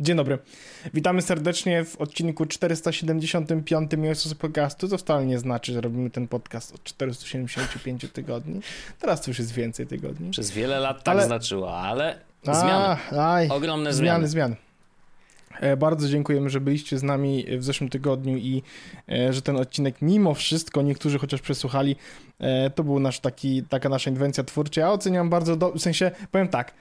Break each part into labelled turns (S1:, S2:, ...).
S1: Dzień dobry. Witamy serdecznie w odcinku 475 Miłosnego Podcastu. To wcale nie znaczy, że robimy ten podcast od 475 tygodni. Teraz to już jest więcej tygodni.
S2: Przez wiele lat tak znaczyło, ale zmiany. Ogromne
S1: zmiany. Bardzo dziękujemy, że byliście z nami w zeszłym tygodniu i że ten odcinek mimo wszystko, niektórzy chociaż przesłuchali, to był taka nasza inwencja twórcza. Ja oceniam bardzo, w sensie, powiem tak,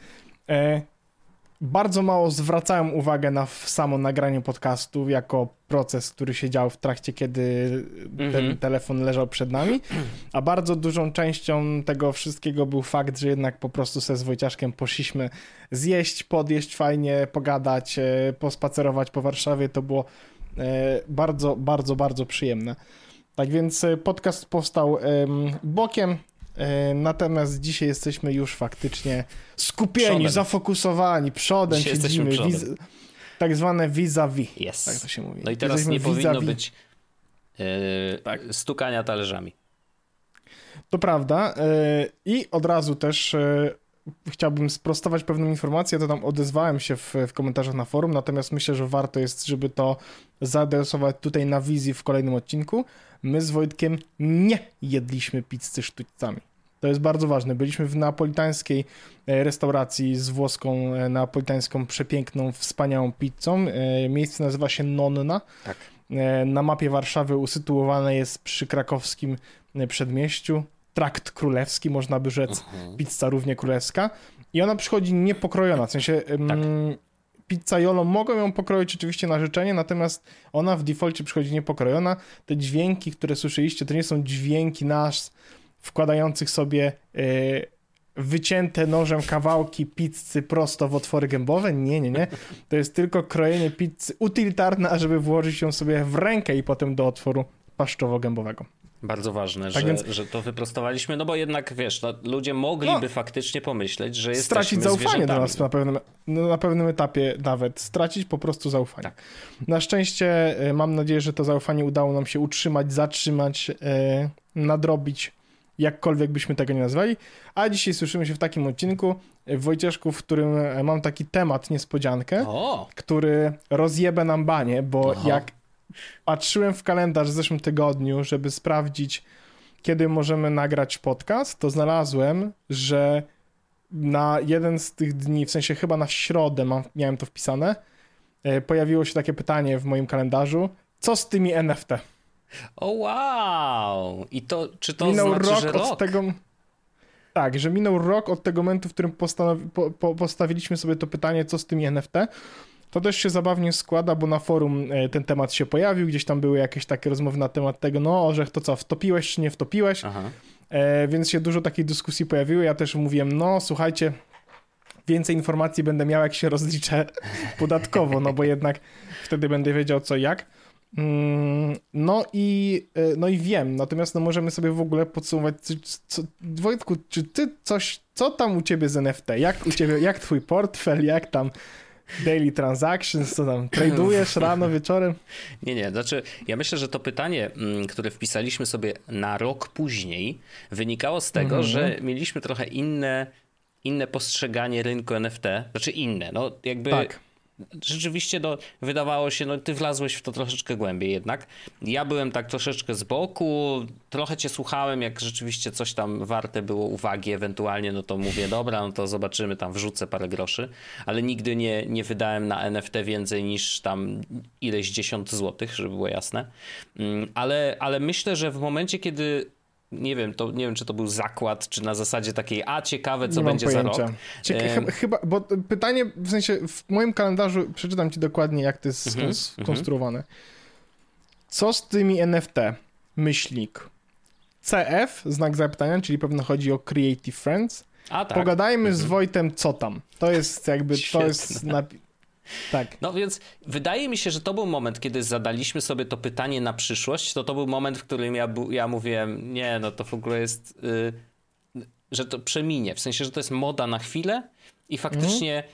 S1: bardzo mało zwracałem uwagę na samo nagranie podcastu jako proces, który się dział w trakcie, kiedy ten telefon leżał przed nami, a bardzo dużą częścią tego wszystkiego był fakt, że jednak po prostu sobie z Wojciaszkiem poszliśmy zjeść, podjeść fajnie, pogadać, pospacerować po Warszawie. To było bardzo, bardzo, bardzo przyjemne. Tak więc podcast powstał bokiem. Natomiast dzisiaj jesteśmy już faktycznie skupieni, przodem. Zafokusowani, przodem dzisiaj siedzimy, tak zwane vis-a-vis,
S2: yes.
S1: Tak to się mówi.
S2: No i teraz jesteśmy nie powinno być stukania talerzami.
S1: To prawda i od razu też chciałbym sprostować pewną informację, to tam odezwałem się w komentarzach na forum, natomiast myślę, że warto jest, żeby to zaadresować tutaj na wizji w kolejnym odcinku. My z Wojtkiem nie jedliśmy pizzy sztućcami. To jest bardzo ważne. Byliśmy w neapolitańskiej restauracji z włoską, neapolitańską, przepiękną, wspaniałą pizzą. Miejsce nazywa się Nonna.
S2: Tak.
S1: Na mapie Warszawy usytuowane jest przy krakowskim przedmieściu. Trakt królewski, można by rzec, pizza równie królewska. I ona przychodzi niepokrojona, w sensie tak. Pizzaiolo mogą ją pokroić oczywiście na życzenie, natomiast ona w defaulcie przychodzi niepokrojona. Te dźwięki, które słyszeliście, to nie są dźwięki nas wkładających sobie wycięte nożem kawałki pizzy prosto w otwory gębowe. Nie. To jest tylko krojenie pizzy utylitarne, ażeby włożyć ją sobie w rękę i potem do otworu paszczowo-gębowego.
S2: Bardzo ważne,
S1: tak
S2: że to wyprostowaliśmy, no bo jednak, wiesz, ludzie mogliby faktycznie pomyśleć, że jesteśmy
S1: stracić zaufanie do nas na pewnym etapie nawet. Stracić po prostu zaufanie.
S2: Tak.
S1: Na szczęście mam nadzieję, że to zaufanie udało nam się utrzymać, zatrzymać, nadrobić, jakkolwiek byśmy tego nie nazwali. A dzisiaj słyszymy się w takim odcinku, Wojcieszku, w którym mam taki temat, niespodziankę, który rozjebę nam banie, bo jak patrzyłem w kalendarz w zeszłym tygodniu, żeby sprawdzić, kiedy możemy nagrać podcast, to znalazłem, że na jeden z tych dni, w sensie chyba na środę miałem to wpisane, pojawiło się takie pytanie w moim kalendarzu, co z tymi NFT?
S2: O wow! I to, czy to
S1: minął
S2: znaczy, że
S1: od tego... Tak, że minął rok od tego momentu, w którym postawiliśmy sobie to pytanie, co z tymi NFT. To też się zabawnie składa, bo na forum ten temat się pojawił, gdzieś tam były jakieś takie rozmowy na temat tego, Orzech, to co, wtopiłeś czy nie wtopiłeś? Więc się dużo takiej dyskusji pojawiły. Ja też mówiłem, słuchajcie, więcej informacji będę miał, jak się rozliczę podatkowo, bo jednak wtedy będę wiedział co i jak. No i wiem, natomiast możemy sobie w ogóle podsumować, Wojtku, czy ty co tam u ciebie z NFT? Jak twój portfel, jak tam daily transactions, co tam, tradujesz rano, wieczorem?
S2: Nie, znaczy ja myślę, że to pytanie, które wpisaliśmy sobie na rok później, wynikało z tego, że mieliśmy trochę inne postrzeganie rynku NFT, znaczy inne,
S1: Tak.
S2: Rzeczywiście wydawało się, ty wlazłeś w to troszeczkę głębiej jednak. Ja byłem tak troszeczkę z boku, trochę cię słuchałem, jak rzeczywiście coś tam warte było uwagi ewentualnie, to mówię, dobra, to zobaczymy, tam wrzucę parę groszy, ale nigdy nie wydałem na NFT więcej niż tam ileś 10 złotych, żeby było jasne. Ale myślę, że w momencie, kiedy nie wiem, czy to był zakład, czy na zasadzie takiej, ciekawe, co będzie za rok.
S1: Chyba, bo pytanie, w sensie w moim kalendarzu, przeczytam ci dokładnie, jak to jest skonstruowane. Co z tymi NFT? Myślnik. CF, znak zapytania, czyli pewno chodzi o Creative Friends.
S2: Tak.
S1: Pogadajmy z Wojtem, co tam. To jest jakby,
S2: Świetne.
S1: to jest... Tak.
S2: No więc wydaje mi się, że to był moment, kiedy zadaliśmy sobie to pytanie na przyszłość, to był moment, w którym ja mówiłem, to w ogóle jest, że to przeminie, w sensie, że to jest moda na chwilę i faktycznie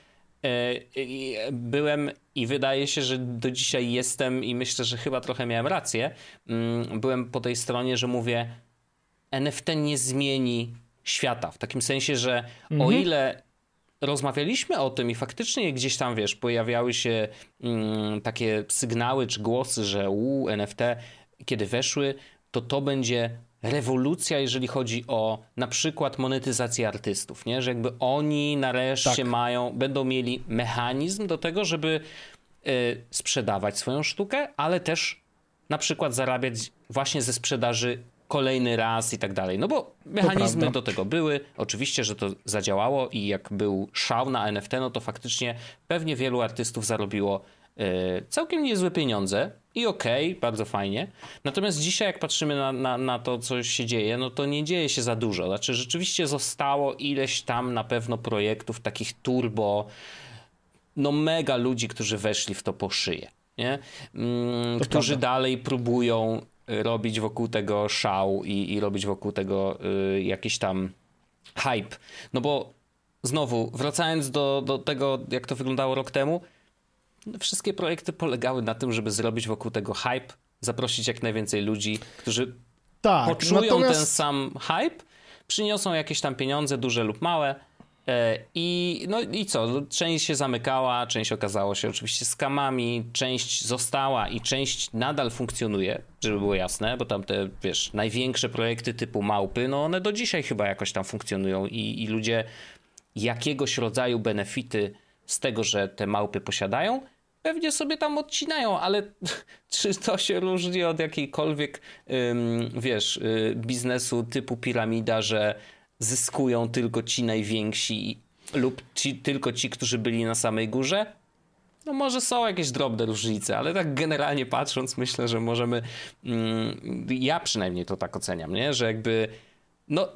S2: byłem i wydaje się, że do dzisiaj jestem i myślę, że chyba trochę miałem rację, byłem po tej stronie, że mówię, NFT nie zmieni świata, w takim sensie, że o ile rozmawialiśmy o tym i faktycznie gdzieś tam, wiesz, pojawiały się takie sygnały czy głosy, że NFT, kiedy weszły, to będzie rewolucja, jeżeli chodzi o na przykład monetyzację artystów, nie? Że jakby oni nareszcie będą mieli mechanizm do tego, żeby sprzedawać swoją sztukę, ale też na przykład zarabiać właśnie ze sprzedaży kolejny raz i tak dalej. No bo mechanizmy do tego były. Oczywiście, że to zadziałało i jak był szał na NFT, no to faktycznie pewnie wielu artystów zarobiło całkiem niezłe pieniądze i bardzo fajnie. Natomiast dzisiaj jak patrzymy na to, co się dzieje, no to nie dzieje się za dużo. Znaczy rzeczywiście zostało ileś tam na pewno projektów takich turbo, no mega ludzi, którzy weszli w to po szyję, nie? Którzy dalej próbują robić wokół tego szał i robić wokół tego jakiś tam hype. No bo znowu, wracając do tego, jak to wyglądało rok temu, wszystkie projekty polegały na tym, żeby zrobić wokół tego hype, zaprosić jak najwięcej ludzi, którzy poczują ten sam hype, przyniosą jakieś tam pieniądze, duże lub małe, i co? Część się zamykała, część okazało się oczywiście skamami, część została i część nadal funkcjonuje, żeby było jasne, bo tam te, wiesz, największe projekty typu małpy, no one do dzisiaj chyba jakoś tam funkcjonują i ludzie jakiegoś rodzaju benefity z tego, że te małpy posiadają, pewnie sobie tam odcinają, ale czy to się różni od jakiejkolwiek, wiesz, biznesu typu piramida, że zyskują tylko ci najwięksi lub tylko ci, którzy byli na samej górze? No może są jakieś drobne różnice, ale tak generalnie patrząc myślę, że możemy, ja przynajmniej to tak oceniam, nie? Że jakby no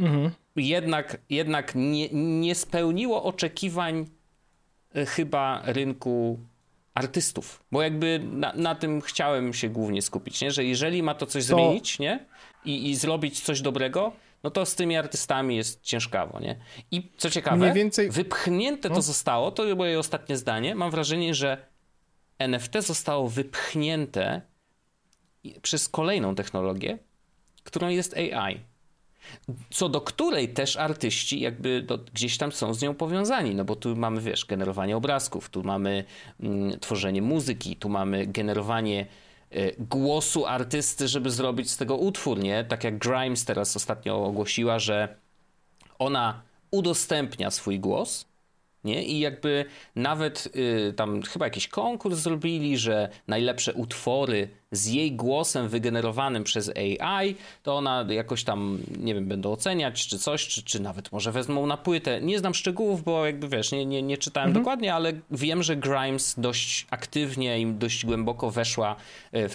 S2: jednak nie spełniło oczekiwań chyba rynku artystów, bo jakby na tym chciałem się głównie skupić, nie? Że jeżeli ma to coś zmienić, nie? I zrobić coś dobrego, no to z tymi artystami jest ciężkawo, nie? I co ciekawe, wypchnięte to zostało, to moje ostatnie zdanie, mam wrażenie, że NFT zostało wypchnięte przez kolejną technologię, którą jest AI. Co do której też artyści jakby gdzieś tam są z nią powiązani, no bo tu mamy, wiesz, generowanie obrazków, tu mamy tworzenie muzyki, tu mamy generowanie głosu artysty, żeby zrobić z tego utwór, nie? Tak jak Grimes teraz ostatnio ogłosiła, że ona udostępnia swój głos, nie? I jakby nawet tam chyba jakiś konkurs zrobili, że najlepsze utwory z jej głosem wygenerowanym przez AI, to ona jakoś tam, nie wiem, będą oceniać czy coś, czy nawet może wezmą na płytę. Nie znam szczegółów, bo jakby wiesz, nie czytałem dokładnie, ale wiem, że Grimes dość aktywnie i dość głęboko weszła w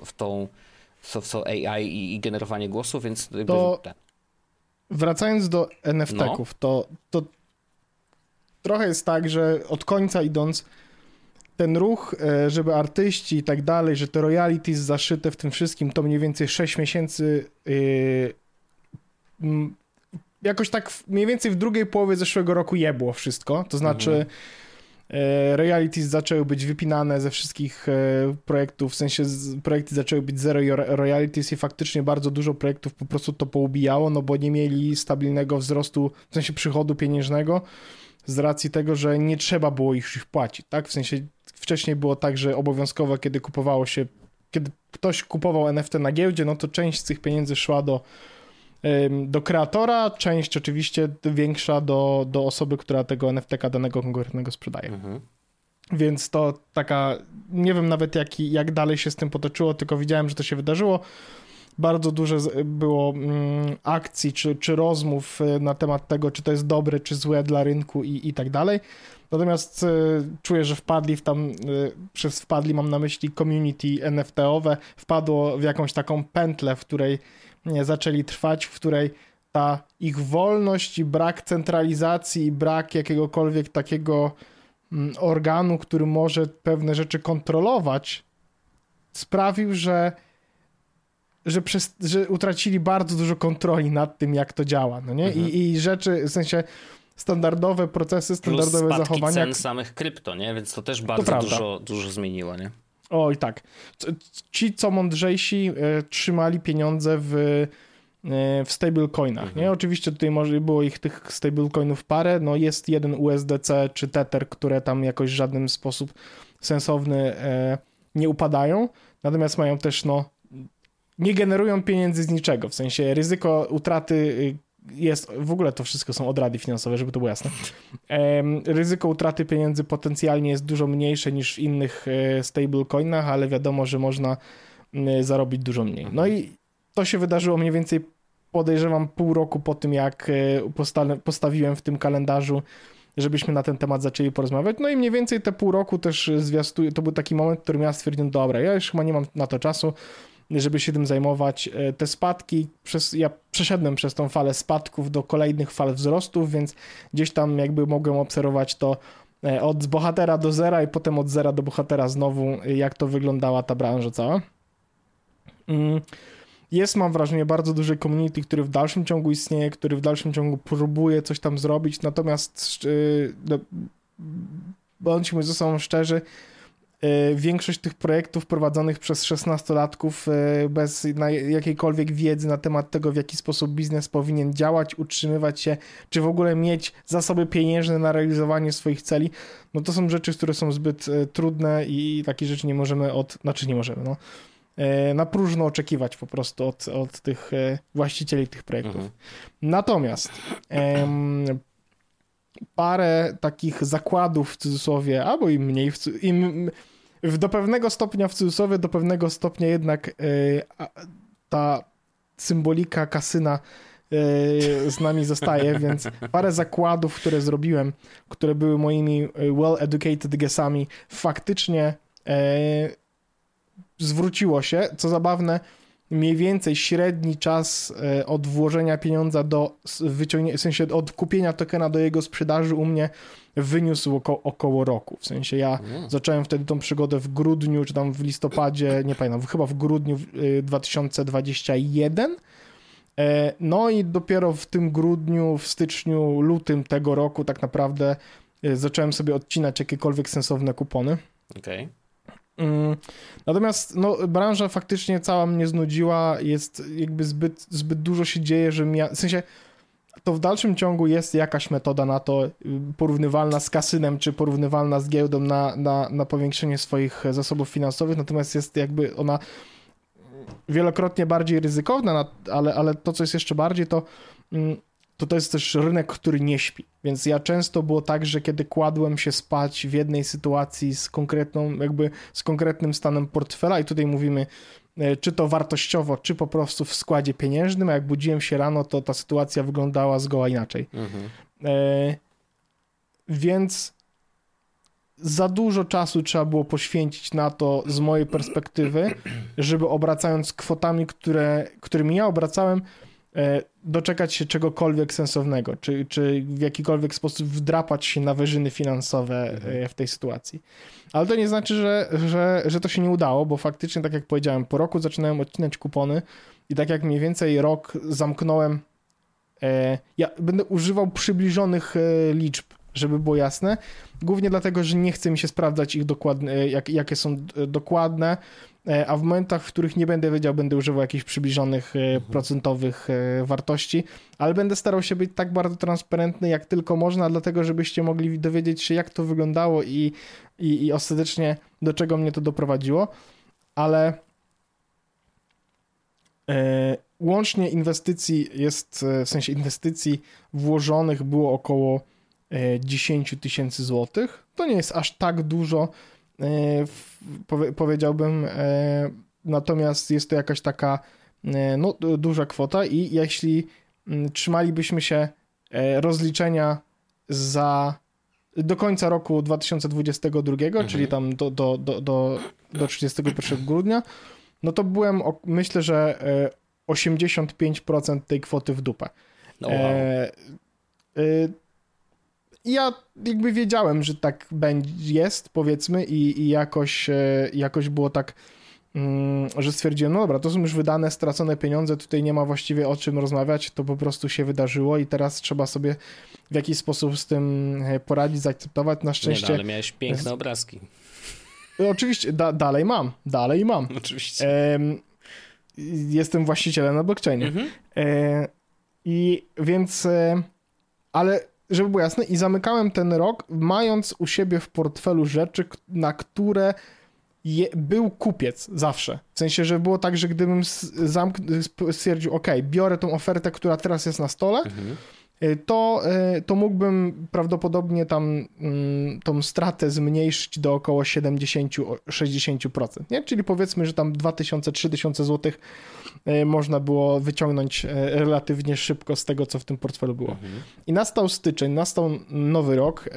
S2: to AI i generowanie głosu, więc jakby
S1: wracając do NFT-ków, to trochę jest tak, że od końca idąc, ten ruch, żeby artyści i tak dalej, że te royalties zaszyte w tym wszystkim, to mniej więcej 6 miesięcy, jakoś tak mniej więcej w drugiej połowie zeszłego roku jebło wszystko, to znaczy royalties zaczęły być wypinane ze wszystkich projektów, w sensie projekty zaczęły być zero royalties i faktycznie bardzo dużo projektów po prostu to poubijało, no bo nie mieli stabilnego wzrostu, w sensie przychodu pieniężnego, z racji tego, że nie trzeba było ich płacić, tak? W sensie wcześniej było tak, że obowiązkowo, kiedy ktoś kupował NFT na giełdzie, no to część z tych pieniędzy szła do kreatora, część oczywiście większa do osoby, która tego NFT-ka danego konkretnego sprzedaje. Więc to taka, nie wiem nawet jak dalej się z tym potoczyło, tylko widziałem, że to się wydarzyło. Bardzo dużo było akcji czy rozmów na temat tego, czy to jest dobre, czy złe dla rynku i tak dalej. Natomiast czuję, że wpadli, mam na myśli community NFT-owe, wpadło w jakąś taką pętlę, w której zaczęli trwać, w której ta ich wolność i brak centralizacji i brak jakiegokolwiek takiego organu, który może pewne rzeczy kontrolować, sprawił, że utracili bardzo dużo kontroli nad tym, jak to działa, no nie? I rzeczy, w sensie standardowe procesy, standardowe
S2: plus
S1: zachowania.
S2: Cen samych krypto, nie? Więc to też bardzo dużo zmieniło, nie?
S1: Oj, tak. Ci, co mądrzejsi, trzymali pieniądze w w stablecoinach, nie? Oczywiście tutaj może było tych stablecoinów parę, no jest jeden USDC czy Tether, które tam jakoś w żaden sposób sensowny nie upadają, natomiast mają też, no, nie generują pieniędzy z niczego, w sensie ryzyko utraty jest, w ogóle to wszystko są odrady finansowe, żeby to było jasne. Ryzyko utraty pieniędzy potencjalnie jest dużo mniejsze niż w innych stablecoinach, ale wiadomo, że można zarobić dużo mniej. No i to się wydarzyło mniej więcej, podejrzewam, pół roku po tym, jak postawiłem w tym kalendarzu, żebyśmy na ten temat zaczęli porozmawiać. No i mniej więcej te pół roku też zwiastuje, to był taki moment, w którym ja stwierdziłem, dobra, ja już chyba nie mam na to czasu, żeby się tym zajmować. Te spadki, ja przeszedłem przez tą falę spadków do kolejnych fal wzrostów, więc gdzieś tam jakby mogłem obserwować to od bohatera do zera i potem od zera do bohatera znowu, jak to wyglądała ta branża cała. Jest, mam wrażenie, bardzo duży community, który w dalszym ciągu istnieje, który w dalszym ciągu próbuje coś tam zrobić, natomiast bądźmy ze sobą szczerzy, większość tych projektów prowadzonych przez 16-latków bez jakiejkolwiek wiedzy na temat tego, w jaki sposób biznes powinien działać, utrzymywać się, czy w ogóle mieć zasoby pieniężne na realizowanie swoich celi, no to są rzeczy, które są zbyt trudne i takie rzeczy nie możemy no, na próżno oczekiwać po prostu od tych właścicieli tych projektów. Natomiast parę takich zakładów w cudzysłowie, albo i mniej, do pewnego stopnia w cudzysłowie, do pewnego stopnia jednak ta symbolika kasyna z nami zostaje, więc parę zakładów, które zrobiłem, które były moimi well-educated guessami, faktycznie zwróciło się. Co zabawne, mniej więcej średni czas od włożenia pieniądza do wyciągnięcia, w sensie od kupienia tokena do jego sprzedaży u mnie wyniósł około roku. W sensie ja zacząłem wtedy tą przygodę w grudniu, czy tam w listopadzie, nie pamiętam, chyba w grudniu 2021. No i dopiero w tym grudniu, w styczniu, lutym tego roku tak naprawdę zacząłem sobie odcinać jakiekolwiek sensowne kupony.
S2: Okej.
S1: Natomiast no, branża faktycznie cała mnie znudziła, jest jakby zbyt dużo się dzieje, że w sensie to w dalszym ciągu jest jakaś metoda na to, porównywalna z kasynem, czy porównywalna z giełdą na powiększenie swoich zasobów finansowych, natomiast jest jakby ona wielokrotnie bardziej ryzykowna, ale to, co jest jeszcze bardziej, to jest też rynek, który nie śpi. Więc ja często było tak, że kiedy kładłem się spać w jednej sytuacji z konkretnym stanem portfela i tutaj mówimy, czy to wartościowo, czy po prostu w składzie pieniężnym, a jak budziłem się rano, to ta sytuacja wyglądała zgoła inaczej. Więc za dużo czasu trzeba było poświęcić na to z mojej perspektywy, żeby obracając kwotami, którymi ja obracałem, doczekać się czegokolwiek sensownego, czy w jakikolwiek sposób wdrapać się na wyżyny finansowe w tej sytuacji. Ale to nie znaczy, że to się nie udało, bo faktycznie, tak jak powiedziałem, po roku zaczynałem odcinać kupony i tak jak mniej więcej rok zamknąłem, ja będę używał przybliżonych liczb, żeby było jasne, głównie dlatego, że nie chce mi się sprawdzać ich dokładnie, jakie są dokładne, a w momentach, w których nie będę wiedział, będę używał jakichś przybliżonych procentowych wartości, ale będę starał się być tak bardzo transparentny, jak tylko można, dlatego, żebyście mogli dowiedzieć się, jak to wyglądało i ostatecznie do czego mnie to doprowadziło, ale łącznie inwestycji jest, w sensie inwestycji włożonych było około 10 000 złotych. To nie jest aż tak dużo, powiedziałbym, natomiast jest to jakaś taka no, duża kwota i jeśli trzymalibyśmy się rozliczenia do końca roku 2022, czyli tam do 31 grudnia, no to byłem, myślę, że 85% tej kwoty w dupę.
S2: No wow.
S1: Ja jakby wiedziałem, że tak jest, powiedzmy, i jakoś było tak, że stwierdziłem, no dobra, to są już wydane, stracone pieniądze, tutaj nie ma właściwie o czym rozmawiać, to po prostu się wydarzyło i teraz trzeba sobie w jakiś sposób z tym poradzić, zaakceptować. Na szczęście...
S2: Nie, no, ale miałeś piękne obrazki.
S1: Oczywiście, dalej mam.
S2: Oczywiście.
S1: jestem właścicielem na blockchainie. I więc, ale żeby było jasne, i zamykałem ten rok, mając u siebie w portfelu rzeczy, na które był kupiec zawsze. W sensie, że było tak, że gdybym stwierdził, ok, biorę tą ofertę, która teraz jest na stole, to mógłbym prawdopodobnie tam tą stratę zmniejszyć do około 70-60%, nie? Czyli powiedzmy, że tam 2000-3000 zł można było wyciągnąć relatywnie szybko z tego, co w tym portfelu było. I nastał styczeń, nastał nowy rok.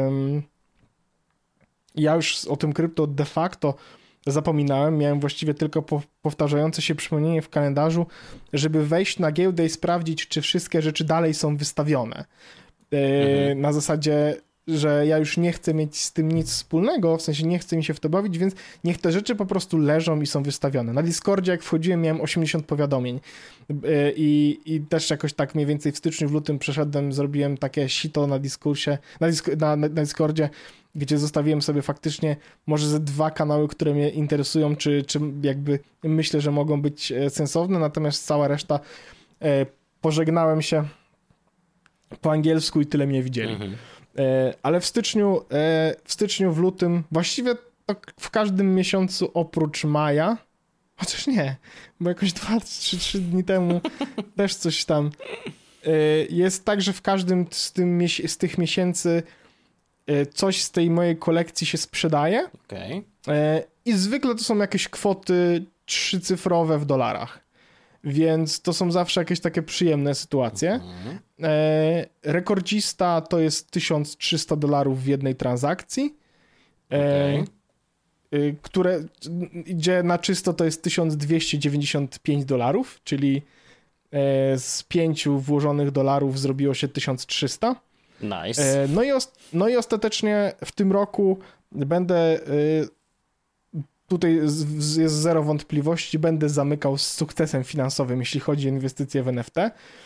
S1: Ja już o tym krypto de facto zapominałem, miałem właściwie tylko powtarzające się przypomnienie w kalendarzu, żeby wejść na giełdę i sprawdzić, czy wszystkie rzeczy dalej są wystawione. Na zasadzie, że ja już nie chcę mieć z tym nic wspólnego, w sensie nie chcę mi się w to bawić, więc niech te rzeczy po prostu leżą i są wystawione. Na Discordzie jak wchodziłem, miałem 80 powiadomień i też jakoś tak mniej więcej w styczniu, w lutym przeszedłem, zrobiłem takie sito na Discursie, na Discordzie, gdzie zostawiłem sobie faktycznie może ze 2 kanały, które mnie interesują, czy jakby myślę, że mogą być sensowne, natomiast cała reszta pożegnałem się po angielsku i tyle mnie widzieli. Ale w styczniu, w lutym, właściwie to w każdym miesiącu oprócz maja, chociaż nie, bo jakoś 2-3 dni temu też coś tam, jest tak, że w każdym z tych miesięcy coś z tej mojej kolekcji się sprzedaje. I zwykle to są jakieś kwoty 3-cyfrowe w dolarach. Więc to są zawsze jakieś takie przyjemne sytuacje. Rekordzista to jest $1300 w jednej transakcji, które idzie na czysto to jest $1295, czyli z 5 włożonych dolarów zrobiło się 1300.
S2: Nice.
S1: No i ostatecznie w tym roku będę, tutaj jest zero wątpliwości, będę zamykał z sukcesem finansowym, jeśli chodzi o inwestycje w NFT,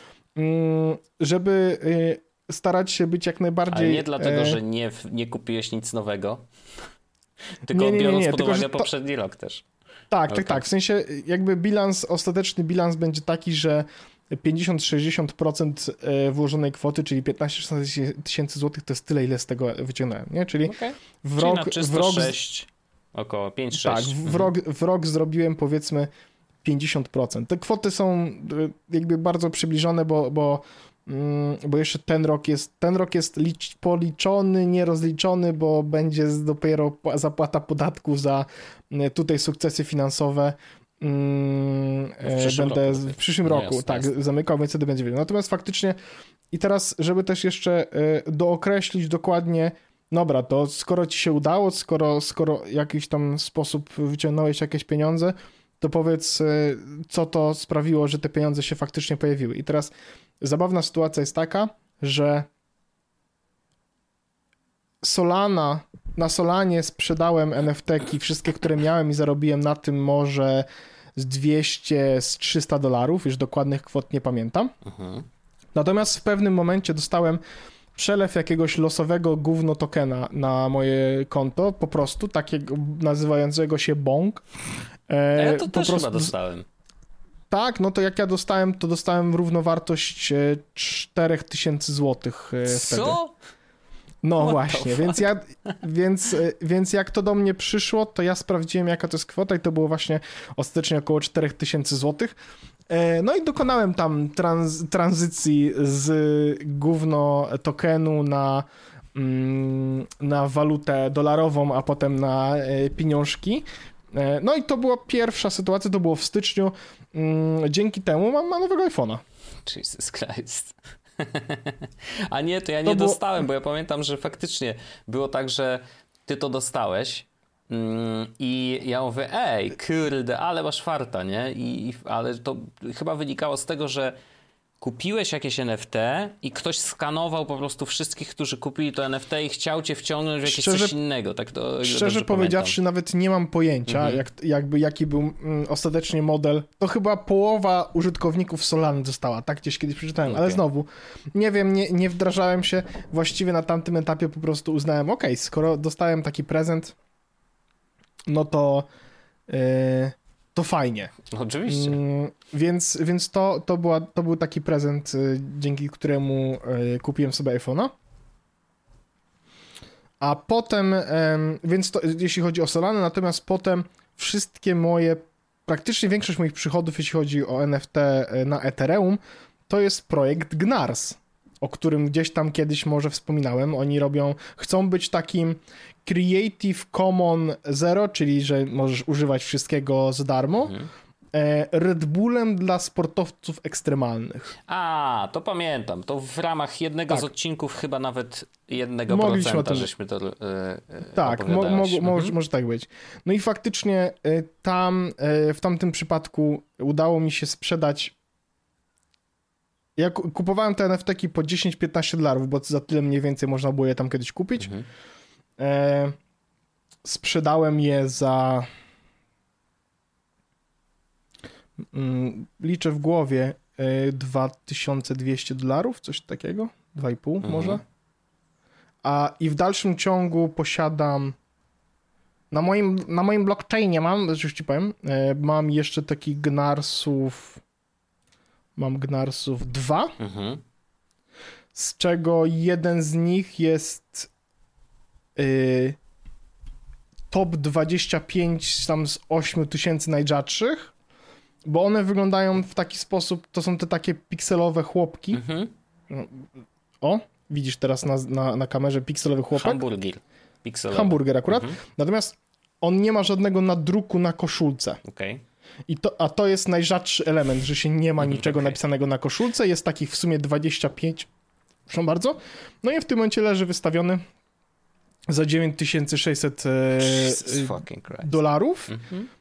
S1: żeby starać się być jak najbardziej...
S2: Ale nie dlatego, że nie kupiłeś nic nowego, tylko biorąc pod uwagę poprzedni rok też.
S1: Tak. W sensie jakby ostateczny bilans będzie taki, że 50-60% włożonej kwoty, czyli 15-16 tysięcy złotych, to jest tyle, ile z tego wyciągnąłem, nie? Czyli w rok...
S2: Czyli na czysto 6, około 5-6.
S1: Tak, w rok zrobiłem powiedzmy 50%. Te kwoty są jakby bardzo przybliżone, bo jeszcze ten rok jest policzony, nie rozliczony, bo będzie dopiero zapłata podatku za tutaj sukcesy finansowe. W przyszłym roku, zamykał, więc wtedy będzie wiedział. Natomiast faktycznie i teraz, żeby też jeszcze dookreślić dokładnie, dobra, to skoro ci się udało, skoro w jakiś tam sposób wyciągnąłeś jakieś pieniądze, to powiedz, co to sprawiło, że te pieniądze się faktycznie pojawiły. I teraz zabawna sytuacja jest taka, że na Solanie sprzedałem NFT-ki, wszystkie, które miałem i zarobiłem na tym może z $200-300, już dokładnych kwot nie pamiętam. Natomiast w pewnym momencie dostałem przelew jakiegoś losowego gówno tokena na moje konto, po prostu takiego nazywającego się Bong.
S2: Ja to też chyba dostałem.
S1: Tak, no to jak ja dostałem, to dostałem równowartość 4000 złotych wtedy. Co? No właśnie, więc jak to do mnie przyszło, to ja sprawdziłem, jaka to jest kwota i to było właśnie ostatecznie około 4000 złotych. No i dokonałem tam tranzycji z gówno tokenu na walutę dolarową, a potem na pieniążki. No i to była pierwsza sytuacja, to było w styczniu. Dzięki temu mam nowego iPhone'a.
S2: Jesus Christ. A nie, to ja nie dostałem, bo ja pamiętam, że faktycznie było tak, że ty to dostałeś i ja mówię, ej, kurde, ale masz farta, nie? Ale to chyba wynikało z tego, że kupiłeś jakieś NFT i ktoś skanował po prostu wszystkich, którzy kupili to NFT i chciał cię wciągnąć w jakieś coś innego. Tak to
S1: szczerze powiedziawszy, nawet nie mam pojęcia, jaki był ostatecznie model. To chyba połowa użytkowników Solany dostała, tak gdzieś kiedyś przeczytałem, ale znowu, nie wiem, nie wdrażałem się. Właściwie na tamtym etapie po prostu uznałem, skoro dostałem taki prezent, no to to fajnie.
S2: Oczywiście.
S1: Więc to był taki prezent, dzięki któremu kupiłem sobie iPhone'a. A potem, więc to, jeśli chodzi o Solanę, natomiast potem praktycznie większość moich przychodów, jeśli chodzi o NFT na Ethereum, to jest projekt Gnars, o którym gdzieś tam kiedyś może wspominałem. Oni chcą być takim Creative Commons Zero, czyli że możesz używać wszystkiego za darmo, Red Bullem dla sportowców ekstremalnych.
S2: A, to pamiętam. To w ramach jednego z odcinków chyba nawet 1% żeśmy to
S1: tak, może tak być. No i faktycznie w tamtym przypadku udało mi się sprzedać. Ja kupowałem te NFT-ki po $10-15, bo za tyle mniej więcej można było je tam kiedyś kupić. Sprzedałem je za... liczę w głowie $2200, coś takiego, 2,5 może. I w dalszym ciągu posiadam na moim blockchainie już ci powiem, mam jeszcze takich Gnarsów 2, z czego jeden z nich jest top 25 tam z 8000 najrzadszych, bo one wyglądają w taki sposób, to są te takie pikselowe chłopki. O, widzisz teraz na kamerze pikselowy chłopek? Hamburger akurat. Natomiast on nie ma żadnego nadruku na koszulce. A to jest najrzadszy element, że się nie ma niczego napisanego na koszulce. Jest takich w sumie 25. Proszę bardzo. No i w tym momencie leży wystawiony za $9600.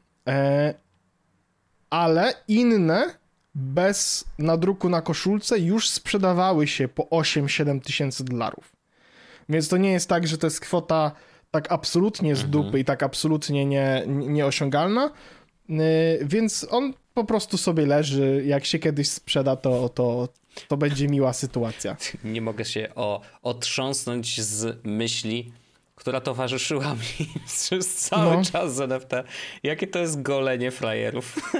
S1: Ale inne bez nadruku na koszulce już sprzedawały się po $8-7 tysięcy. Więc to nie jest tak, że to jest kwota tak absolutnie z dupy i tak absolutnie nieosiągalna. Więc on po prostu sobie leży. Jak się kiedyś sprzeda, to będzie miła sytuacja.
S2: Nie mogę się otrząsnąć z myśli, która towarzyszyła mi przez cały czas z NFT. Jakie to jest golenie frajerów.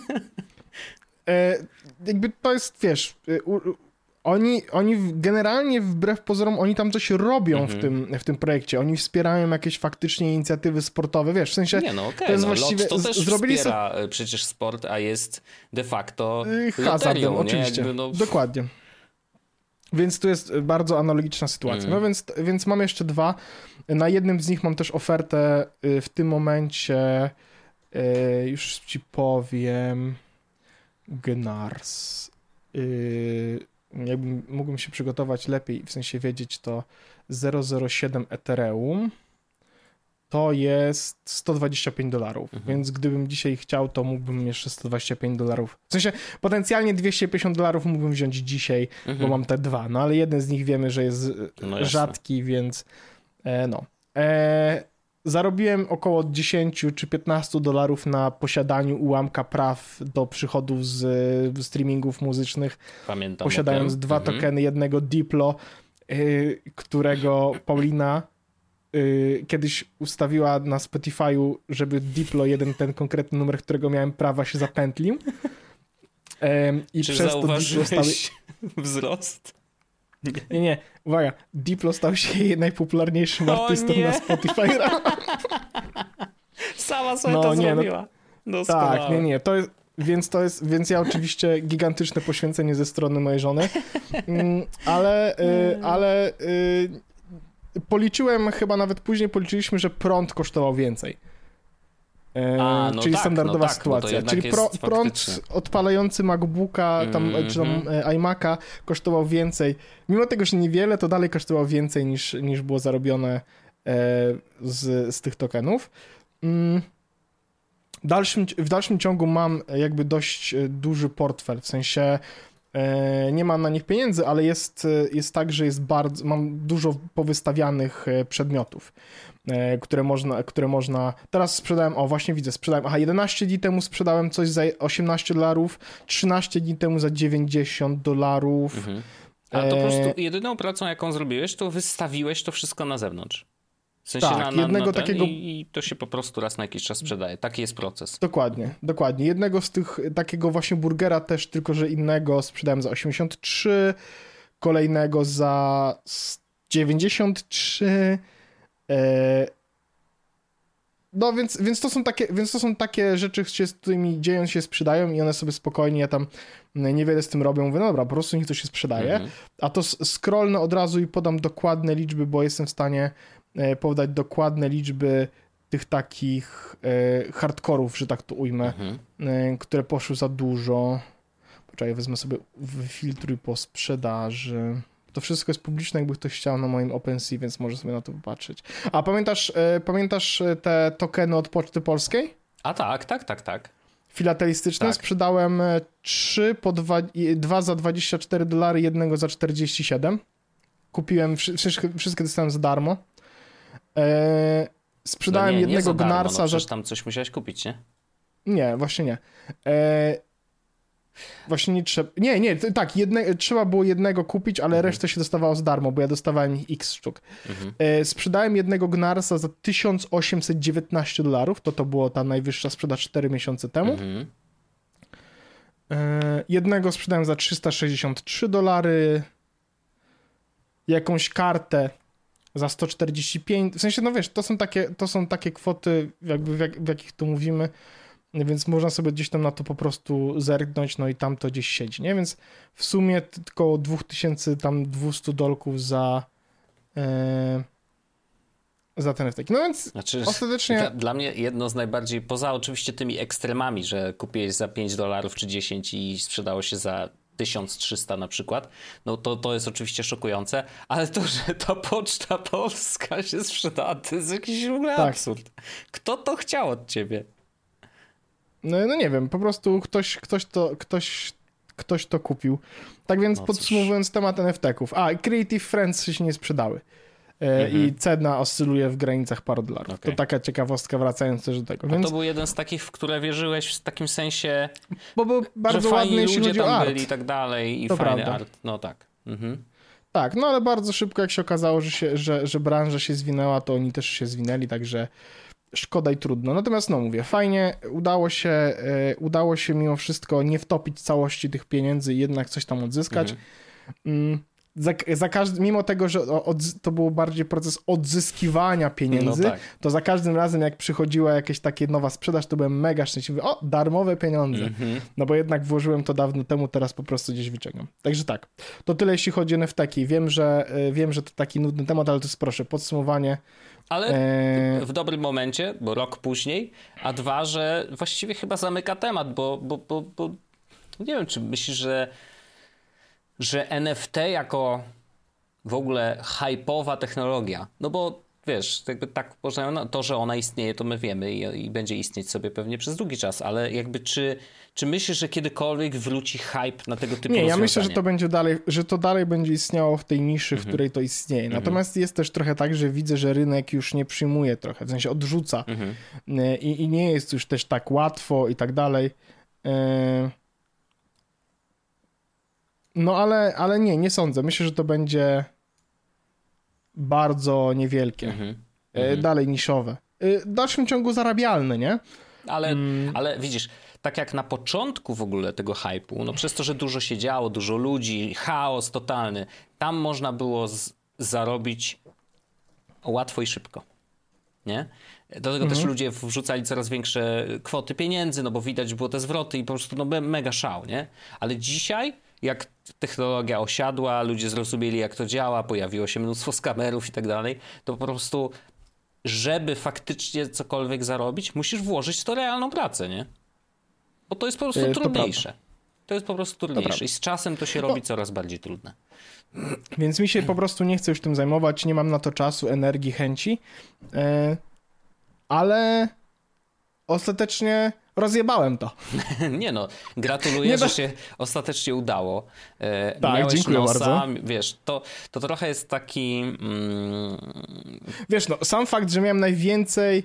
S1: Jakby to jest, wiesz, oni generalnie wbrew pozorom, oni tam coś robią w tym projekcie. Oni wspierają jakieś faktycznie inicjatywy sportowe, wiesz, w sensie
S2: to jest właściwie... to też wspiera przecież sport, a jest de facto
S1: hazardem, oczywiście. Dokładnie. Więc tu jest bardzo analogiczna sytuacja. No więc mam jeszcze 2. Na jednym z nich mam też ofertę w tym momencie, już ci powiem, Gnars. Jakbym mógłbym się przygotować lepiej, w sensie wiedzieć, to 007 Ethereum to jest $125, więc gdybym dzisiaj chciał, to mógłbym jeszcze $125. W sensie potencjalnie $250 mógłbym wziąć dzisiaj, bo mam te 2, no ale jeden z nich wiemy, że jest rzadki, więc zarobiłem około 10 czy $15 na posiadaniu ułamka praw do przychodów z streamingów muzycznych.
S2: Pamiętam.
S1: Posiadając 2 tokeny, jednego Diplo, którego Paulina kiedyś ustawiła na Spotify'u, żeby Diplo, ten konkretny numer, którego miałem prawa, się zapętlił. I
S2: czy
S1: przez
S2: zauważyłeś wzrost?
S1: Nie. Uwaga. Diplo stał się najpopularniejszym artystą na Spotify.
S2: Sama sobie to zrobiła.
S1: Tak, nie. Więc ja oczywiście gigantyczne poświęcenie ze strony mojej żony, ale policzyłem, chyba nawet później policzyliśmy, że prąd kosztował więcej. Czyli standardowa sytuacja. Czyli prąd odpalający MacBooka czy tam iMac'a kosztował więcej. Mimo tego, że niewiele, to dalej kosztował więcej niż było zarobione z tych tokenów. W dalszym ciągu mam jakby dość duży portfel, w sensie nie mam na nich pieniędzy, ale jest tak, że mam dużo powystawianych przedmiotów, które można... Teraz sprzedałem, właśnie widzę, sprzedałem, 11 dni temu sprzedałem coś za $18, 13 dni temu za $90.
S2: A to po prostu jedyną pracą, jaką zrobiłeś, to wystawiłeś to wszystko na zewnątrz. W sensie
S1: Tak, jednego takiego...
S2: i to się po prostu raz na jakiś czas sprzedaje. Taki jest proces.
S1: Dokładnie. Jednego z tych, takiego właśnie burgera też, tylko że innego sprzedałem za 83, kolejnego za 93, no więc to są takie rzeczy, z którymi dzieją się, sprzedają i one sobie spokojnie, ja tam niewiele z tym robią, mówię, no dobra, po prostu niech to się sprzedaje, a to scrollnę od razu i podam dokładne liczby, bo jestem w stanie podać dokładne liczby tych takich hardkorów, że tak to ujmę, które poszły za dużo. Poczekaj, wezmę sobie wyfiltruj po sprzedaży. To wszystko jest publiczne, jakby ktoś chciał na moim OpenSea, więc może sobie na to popatrzeć. A pamiętasz te tokeny od Poczty Polskiej?
S2: A tak.
S1: Filatelistyczne? Tak. Sprzedałem 3 po 2 za $24, jednego za 47. Kupiłem, wszystkie dostałem za darmo. Sprzedałem
S2: nie
S1: jednego
S2: za darmo,
S1: Gnarsa
S2: za... tam coś musiałeś kupić, nie?
S1: Nie, właśnie nie. Właśnie nie trzeba... Tak, trzeba było jednego kupić, ale resztę się dostawało za darmo, bo ja dostawałem ich x sztuk. Sprzedałem jednego Gnarsa za $1819, to była ta najwyższa sprzedaż 4 miesiące temu. Jednego sprzedałem za $363, jakąś kartę za 145, w sensie, no wiesz, to są takie kwoty, jakby w jakich tu mówimy, więc można sobie gdzieś tam na to po prostu zerknąć, no i tam to gdzieś siedzi, nie? Więc w sumie około $2200 za ten efekt. No więc
S2: znaczy,
S1: ostatecznie...
S2: Dla mnie jedno z najbardziej, poza oczywiście tymi ekstremami, że kupiłeś za $5 czy 10 i sprzedało się za 1300 na przykład, no to jest oczywiście szokujące, ale to, że ta Poczta Polska się sprzedała, to jest jakiś w ogóle absurd. Kto to chciał od ciebie? No
S1: nie wiem, po prostu ktoś to kupił. Tak więc podsumowując temat NFT-ków. Creative Friends się nie sprzedały. I cena oscyluje w granicach paru dolarów. Okay. To taka ciekawostka, wracając też do tego.
S2: Więc... to był jeden z takich, w które wierzyłeś w takim sensie,
S1: bo był bardzo
S2: że
S1: ładny, jeśli chodzi o art.
S2: Byli i tak dalej, i
S1: to
S2: fajny
S1: prawda.
S2: art. No tak.
S1: Tak, no ale bardzo szybko jak się okazało, że branża się zwinęła, to oni też się zwinęli, także szkoda i trudno. Natomiast no mówię, fajnie, udało się mimo wszystko nie wtopić całości tych pieniędzy i jednak coś tam odzyskać. Mimo tego, że to był bardziej proces odzyskiwania pieniędzy, no tak. To za każdym razem jak przychodziła jakaś taka nowa sprzedaż, to byłem mega szczęśliwy. Darmowe pieniądze. No bo jednak włożyłem to dawno temu, teraz po prostu gdzieś wyciągam. Także tak, to tyle jeśli chodzi o NFT-ki. Wiem, że to taki nudny temat, ale to jest proszę, podsumowanie.
S2: Ale w dobrym momencie, bo rok później, a dwa, że właściwie chyba zamyka temat, bo nie wiem, czy myślisz, że NFT jako w ogóle hype'owa technologia, no bo wiesz, jakby tak można, to, że ona istnieje, to my wiemy i będzie istnieć sobie pewnie przez długi czas, ale jakby czy myślisz, że kiedykolwiek wróci hype na tego typu rozwiązanie?
S1: Ja myślę, że to będzie dalej, że to dalej będzie istniało w tej niszy, w której to istnieje. Natomiast jest też trochę tak, że widzę, że rynek już nie przyjmuje trochę, w sensie odrzuca i nie jest już też tak łatwo i tak dalej. No ale nie sądzę. Myślę, że to będzie bardzo niewielkie. Dalej niszowe. W dalszym ciągu zarabialne, nie?
S2: Ale widzisz, tak jak na początku w ogóle tego hype'u, no przez to, że dużo się działo, dużo ludzi, chaos totalny, tam można było zarobić łatwo i szybko. Nie? Do tego też ludzie wrzucali coraz większe kwoty pieniędzy, no bo widać było te zwroty i po prostu no mega szał, nie? Ale dzisiaj, jak technologia osiadła, ludzie zrozumieli, jak to działa, pojawiło się mnóstwo skamerów i tak dalej, to po prostu, żeby faktycznie cokolwiek zarobić, musisz włożyć w to realną pracę, nie? Bo to jest po prostu trudniejsze. To jest po prostu trudniejsze i z czasem to się robi coraz bardziej trudne.
S1: Więc mi się po prostu nie chcę już tym zajmować, nie mam na to czasu, energii, chęci, ale ostatecznie rozjebałem to.
S2: Nie no, gratuluję, że się ostatecznie udało.
S1: Tak,
S2: miałeś
S1: dziękuję
S2: nosa,
S1: bardzo.
S2: Wiesz, to trochę jest taki...
S1: Wiesz, no, sam fakt, że miałem najwięcej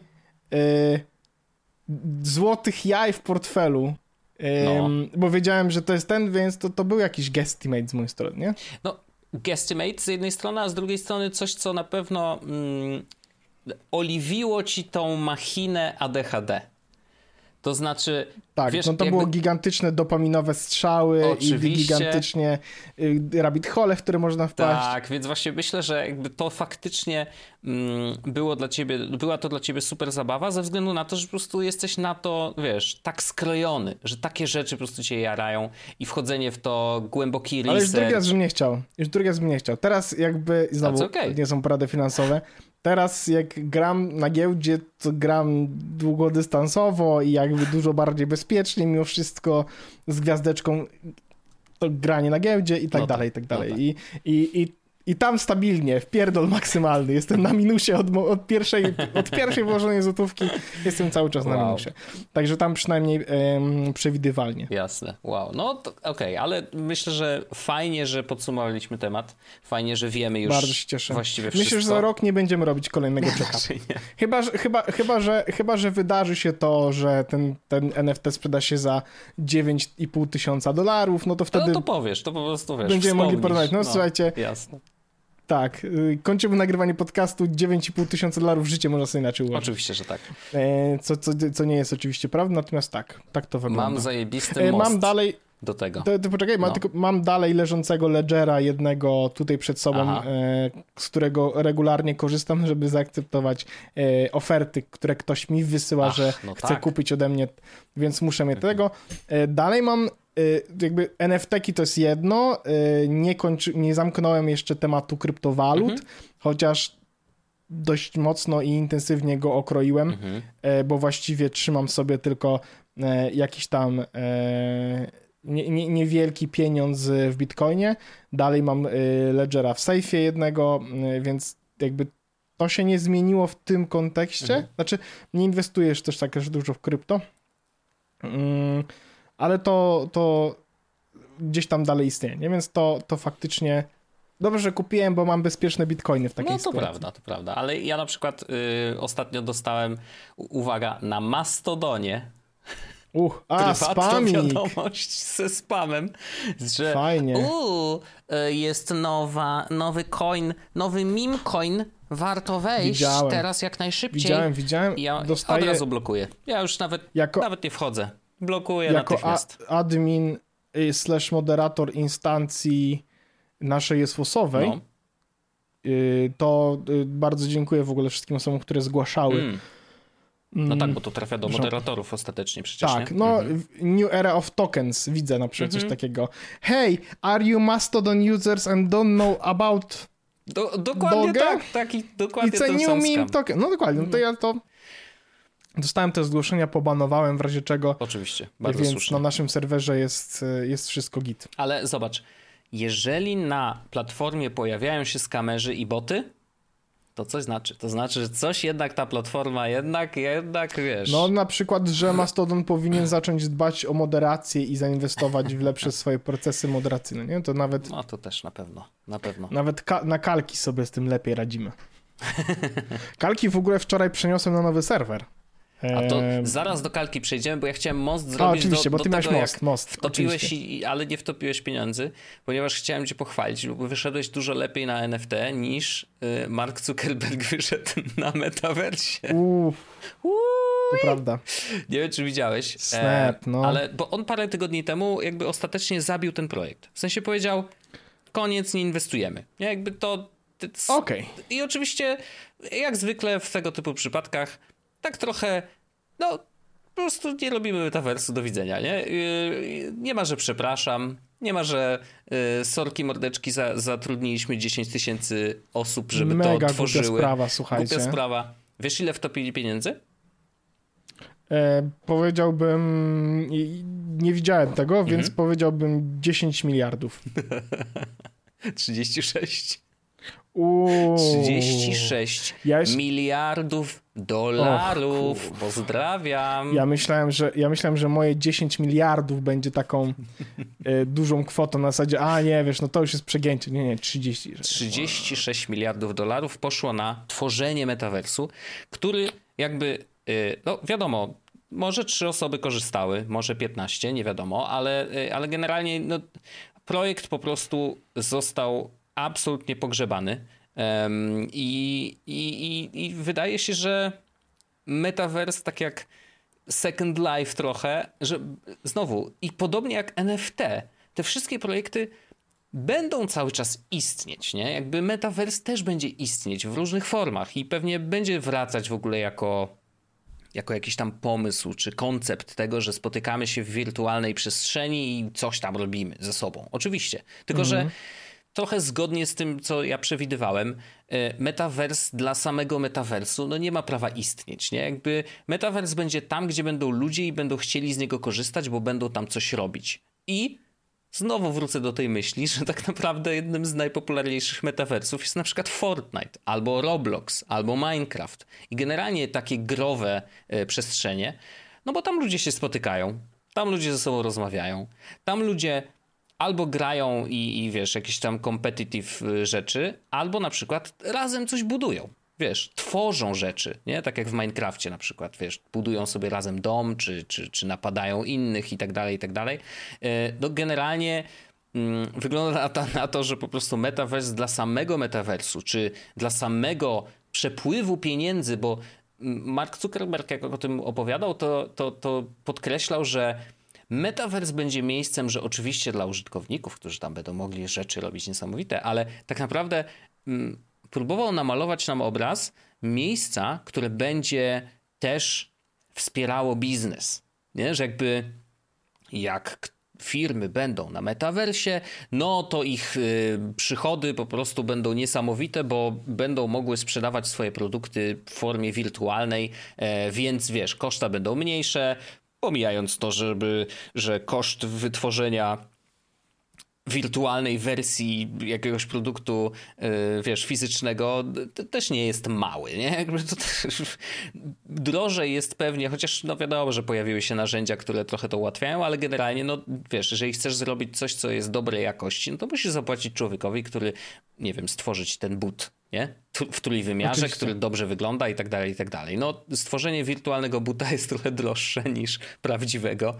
S1: złotych jaj w portfelu, bo wiedziałem, że to jest ten, więc to był jakiś guesstimate z mojej strony, nie?
S2: No, guesstimate z jednej strony, a z drugiej strony coś, co na pewno oliwiło ci tą machinę ADHD. To znaczy...
S1: Tak,
S2: wiesz,
S1: no to było gigantyczne dopaminowe strzały. Oczywiście. I gigantycznie rabbit hole, w które można wpaść.
S2: Tak, więc właśnie myślę, że jakby to faktycznie była to dla ciebie super zabawa, ze względu na to, że po prostu jesteś na to, wiesz, tak skrojony, że takie rzeczy po prostu cię jarają i wchodzenie w to, głęboki research.
S1: Ale już drugi raz bym nie chciał. Teraz jakby znowu nie są porady finansowe. Teraz jak gram na giełdzie, to gram długodystansowo i jakby dużo bardziej bezpiecznie, mimo wszystko z gwiazdeczką to granie na giełdzie i tak dalej, i tak dalej. No tak. I tam stabilnie, wpierdol maksymalny. Jestem na minusie od pierwszej włożonej złotówki, jestem cały czas na minusie. Także tam przynajmniej przewidywalnie.
S2: Jasne, wow. No okej, ale myślę, że fajnie, że podsumowaliśmy temat. Fajnie, że wiemy już
S1: bardzo się cieszę.
S2: Właściwie wszystko.
S1: Myślę, że za rok nie będziemy robić kolejnego check-upu. Chyba, że wydarzy się to, że ten NFT sprzeda się za $9,500, no to wtedy...
S2: No to powiesz, to po prostu wiesz,
S1: będziemy mogli porównać. No słuchajcie...
S2: Jasne.
S1: Tak, kończymy nagrywanie podcastu, $9,500 życie można sobie inaczej ułożyć.
S2: Oczywiście, że tak.
S1: Co nie jest oczywiście prawdą, natomiast tak to wygląda.
S2: Mam zajebisty most
S1: mam dalej,
S2: do tego.
S1: Poczekaj, mam dalej leżącego ledgera jednego tutaj przed sobą, z którego regularnie korzystam, żeby zaakceptować oferty, które ktoś mi wysyła, że chce kupić ode mnie, więc muszę mieć tego. Dalej mam jakby NFT-ki to jest jedno, nie zamknąłem jeszcze tematu kryptowalut, chociaż dość mocno i intensywnie go okroiłem, bo właściwie trzymam sobie tylko jakiś tam niewielki pieniądz w Bitcoinie. Dalej mam ledgera w sejfie jednego, więc jakby to się nie zmieniło w tym kontekście. Znaczy, nie inwestujesz też tak dużo w krypto, ale to gdzieś tam dalej istnieje, nie? Więc to faktycznie dobrze, że kupiłem, bo mam bezpieczne bitcoiny w takiej sytuacji.
S2: To prawda, ale ja na przykład ostatnio dostałem, uwaga, na Mastodonie prywatną wiadomość ze spamem, że
S1: fajnie.
S2: jest nowy coin, nowy meme coin, warto wejść teraz jak najszybciej.
S1: Widziałem.
S2: Ja od razu blokuję. Ja już nawet nie wchodzę. Blokuję natychmiast.
S1: Jako admin / moderator instancji naszej JSWS-owej, to bardzo dziękuję w ogóle wszystkim osobom, które zgłaszały.
S2: No tak, bo to trafia do moderatorów ostatecznie przecież,
S1: tak,
S2: nie?
S1: No New Era of Tokens, widzę na przykład coś takiego. Hey, are you Mastodon users and don't know about
S2: dokładnie
S1: Doge?
S2: Dokładnie
S1: It's a new meme token. No dokładnie, no to ja to dostałem te zgłoszenia, pobanowałem w razie czego.
S2: Oczywiście, bardzo
S1: więc
S2: słusznie.
S1: na naszym serwerze jest wszystko git.
S2: Ale zobacz, jeżeli na platformie pojawiają się skamerzy i boty, to coś znaczy. To znaczy, że coś jednak ta platforma jednak wiesz.
S1: No na przykład, że Mastodon powinien zacząć dbać o moderację i zainwestować w lepsze swoje procesy moderacyjne, nie? To nawet...
S2: No to też na pewno.
S1: Nawet na Kalki sobie z tym lepiej radzimy. Kalki w ogóle wczoraj przeniosłem na nowy serwer.
S2: A to zaraz do Kalki przejdziemy, bo ja chciałem most zrobić
S1: oczywiście, bo ty
S2: do
S1: miałeś
S2: tego,
S1: most.
S2: Wtopiłeś, ale nie wtopiłeś pieniędzy, ponieważ chciałem cię pochwalić, bo wyszedłeś dużo lepiej na NFT niż Mark Zuckerberg wyszedł na metaversie.
S1: To prawda.
S2: Nie wiem, czy widziałeś.
S1: Snap, no.
S2: Ale bo on parę tygodni temu jakby ostatecznie zabił ten projekt. W sensie powiedział, koniec, nie inwestujemy. Nie, jakby to...
S1: Okej.
S2: I oczywiście, jak zwykle w tego typu przypadkach, tak trochę, no po prostu nie robimy metaversu, do widzenia, nie? Nie ma, że przepraszam, nie ma, że sorki mordeczki, zatrudniliśmy 10 000 osób, żeby to otworzyły.
S1: Mega głupia sprawa, słuchajcie.
S2: Głupia sprawa. Wiesz, ile wtopili pieniędzy?
S1: Powiedziałbym, nie widziałem tego, więc powiedziałbym 10 miliardów.
S2: 36. 36 miliardów dolarów. Pozdrawiam.
S1: Ja myślałem, że moje 10 miliardów będzie taką dużą kwotą na zasadzie, nie wiesz, no to już jest przegięcie. Nie,
S2: 36 miliardów dolarów poszło na tworzenie metaversu, który jakby, no wiadomo, może 3 osoby korzystały, może 15, nie wiadomo, ale generalnie no, projekt po prostu został absolutnie pogrzebany. I wydaje się, że Metaverse, tak jak Second Life trochę, że znowu i podobnie jak NFT, te wszystkie projekty będą cały czas istnieć, nie? Jakby Metaverse też będzie istnieć w różnych formach i pewnie będzie wracać w ogóle jako jakiś tam pomysł czy koncept tego, że spotykamy się w wirtualnej przestrzeni i coś tam robimy ze sobą. Oczywiście. Tylko, że trochę zgodnie z tym, co ja przewidywałem, Metaverse dla samego Metaversu no nie ma prawa istnieć, nie? Jakby Metaverse będzie tam, gdzie będą ludzie i będą chcieli z niego korzystać, bo będą tam coś robić. I znowu wrócę do tej myśli, że tak naprawdę jednym z najpopularniejszych metaversów jest na przykład Fortnite, albo Roblox, albo Minecraft. I generalnie takie growe przestrzenie, no bo tam ludzie się spotykają, tam ludzie ze sobą rozmawiają, tam ludzie albo grają i wiesz, jakieś tam competitive rzeczy, albo na przykład razem coś budują. Wiesz, tworzą rzeczy, nie? Tak jak w Minecrafcie na przykład, wiesz, budują sobie razem dom, czy napadają innych i tak dalej, i tak dalej. No generalnie wygląda na to, że po prostu metaverse dla samego metaversu, czy dla samego przepływu pieniędzy, bo Mark Zuckerberg, jak o tym opowiadał, to podkreślał, że Metaverse będzie miejscem, że oczywiście dla użytkowników, którzy tam będą mogli rzeczy robić niesamowite, ale tak naprawdę próbował namalować nam obraz miejsca, które będzie też wspierało biznes. Nie? Że jakby jak firmy będą na metaversie, no to ich przychody po prostu będą niesamowite, bo będą mogły sprzedawać swoje produkty w formie wirtualnej, więc wiesz, koszta będą mniejsze, pomijając to, że koszt wytworzenia wirtualnej wersji jakiegoś produktu, wiesz, fizycznego też nie jest mały, nie? Jakby to też drożej jest pewnie, chociaż no wiadomo, że pojawiły się narzędzia, które trochę to ułatwiają, ale generalnie, no wiesz, jeżeli chcesz zrobić coś, co jest dobrej jakości, no to musisz zapłacić człowiekowi, który, nie wiem, stworzyć ten but, nie? W trójwymiarze, oczywiście, który dobrze wygląda i tak dalej, i tak dalej. No, stworzenie wirtualnego buta jest trochę droższe niż prawdziwego,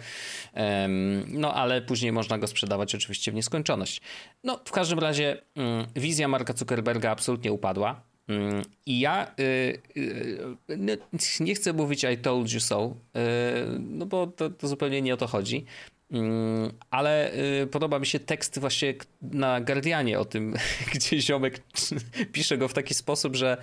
S2: no ale później można go sprzedawać oczywiście w nieskończoność. No, w każdym razie wizja Marka Zuckerberga absolutnie upadła i ja nie chcę mówić I told you so, no bo to zupełnie nie o to chodzi. Ale podoba mi się tekst właśnie na Guardianie o tym, gdzie ziomek pisze go w taki sposób, że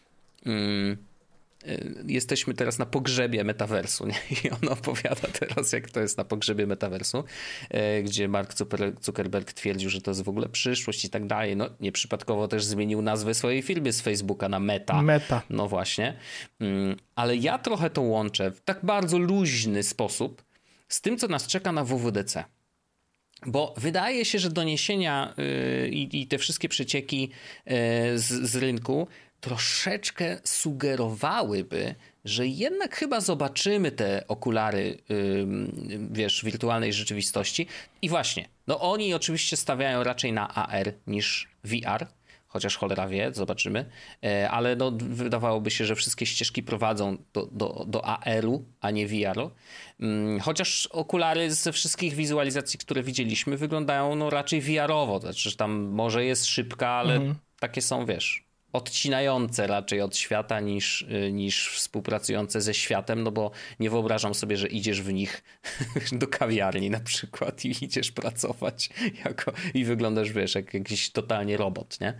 S2: jesteśmy teraz na pogrzebie metaversu, nie? I on opowiada teraz, jak to jest na pogrzebie metaversu, gdzie Mark Zuckerberg twierdził, że to jest w ogóle przyszłość i tak dalej. No nieprzypadkowo też zmienił nazwę swojej firmy z Facebooka na Meta. No właśnie. Ale ja trochę to łączę w tak bardzo luźny sposób z tym, co nas czeka na WWDC. Bo wydaje się, że doniesienia i te wszystkie przecieki z rynku troszeczkę sugerowałyby, że jednak chyba zobaczymy te okulary, wiesz, wirtualnej rzeczywistości. I właśnie, no oni oczywiście stawiają raczej na AR niż VR, chociaż cholera wie, zobaczymy, ale no, wydawałoby się, że wszystkie ścieżki prowadzą do AR-u, a nie VR-u. Chociaż okulary ze wszystkich wizualizacji, które widzieliśmy, wyglądają no, raczej VR-owo. Znaczy, że tam może jest szybka, ale takie są, wiesz, odcinające raczej od świata niż współpracujące ze światem, no bo nie wyobrażam sobie, że idziesz w nich do kawiarni na przykład i idziesz pracować i wyglądasz, wiesz, jak jakiś totalnie robot, nie?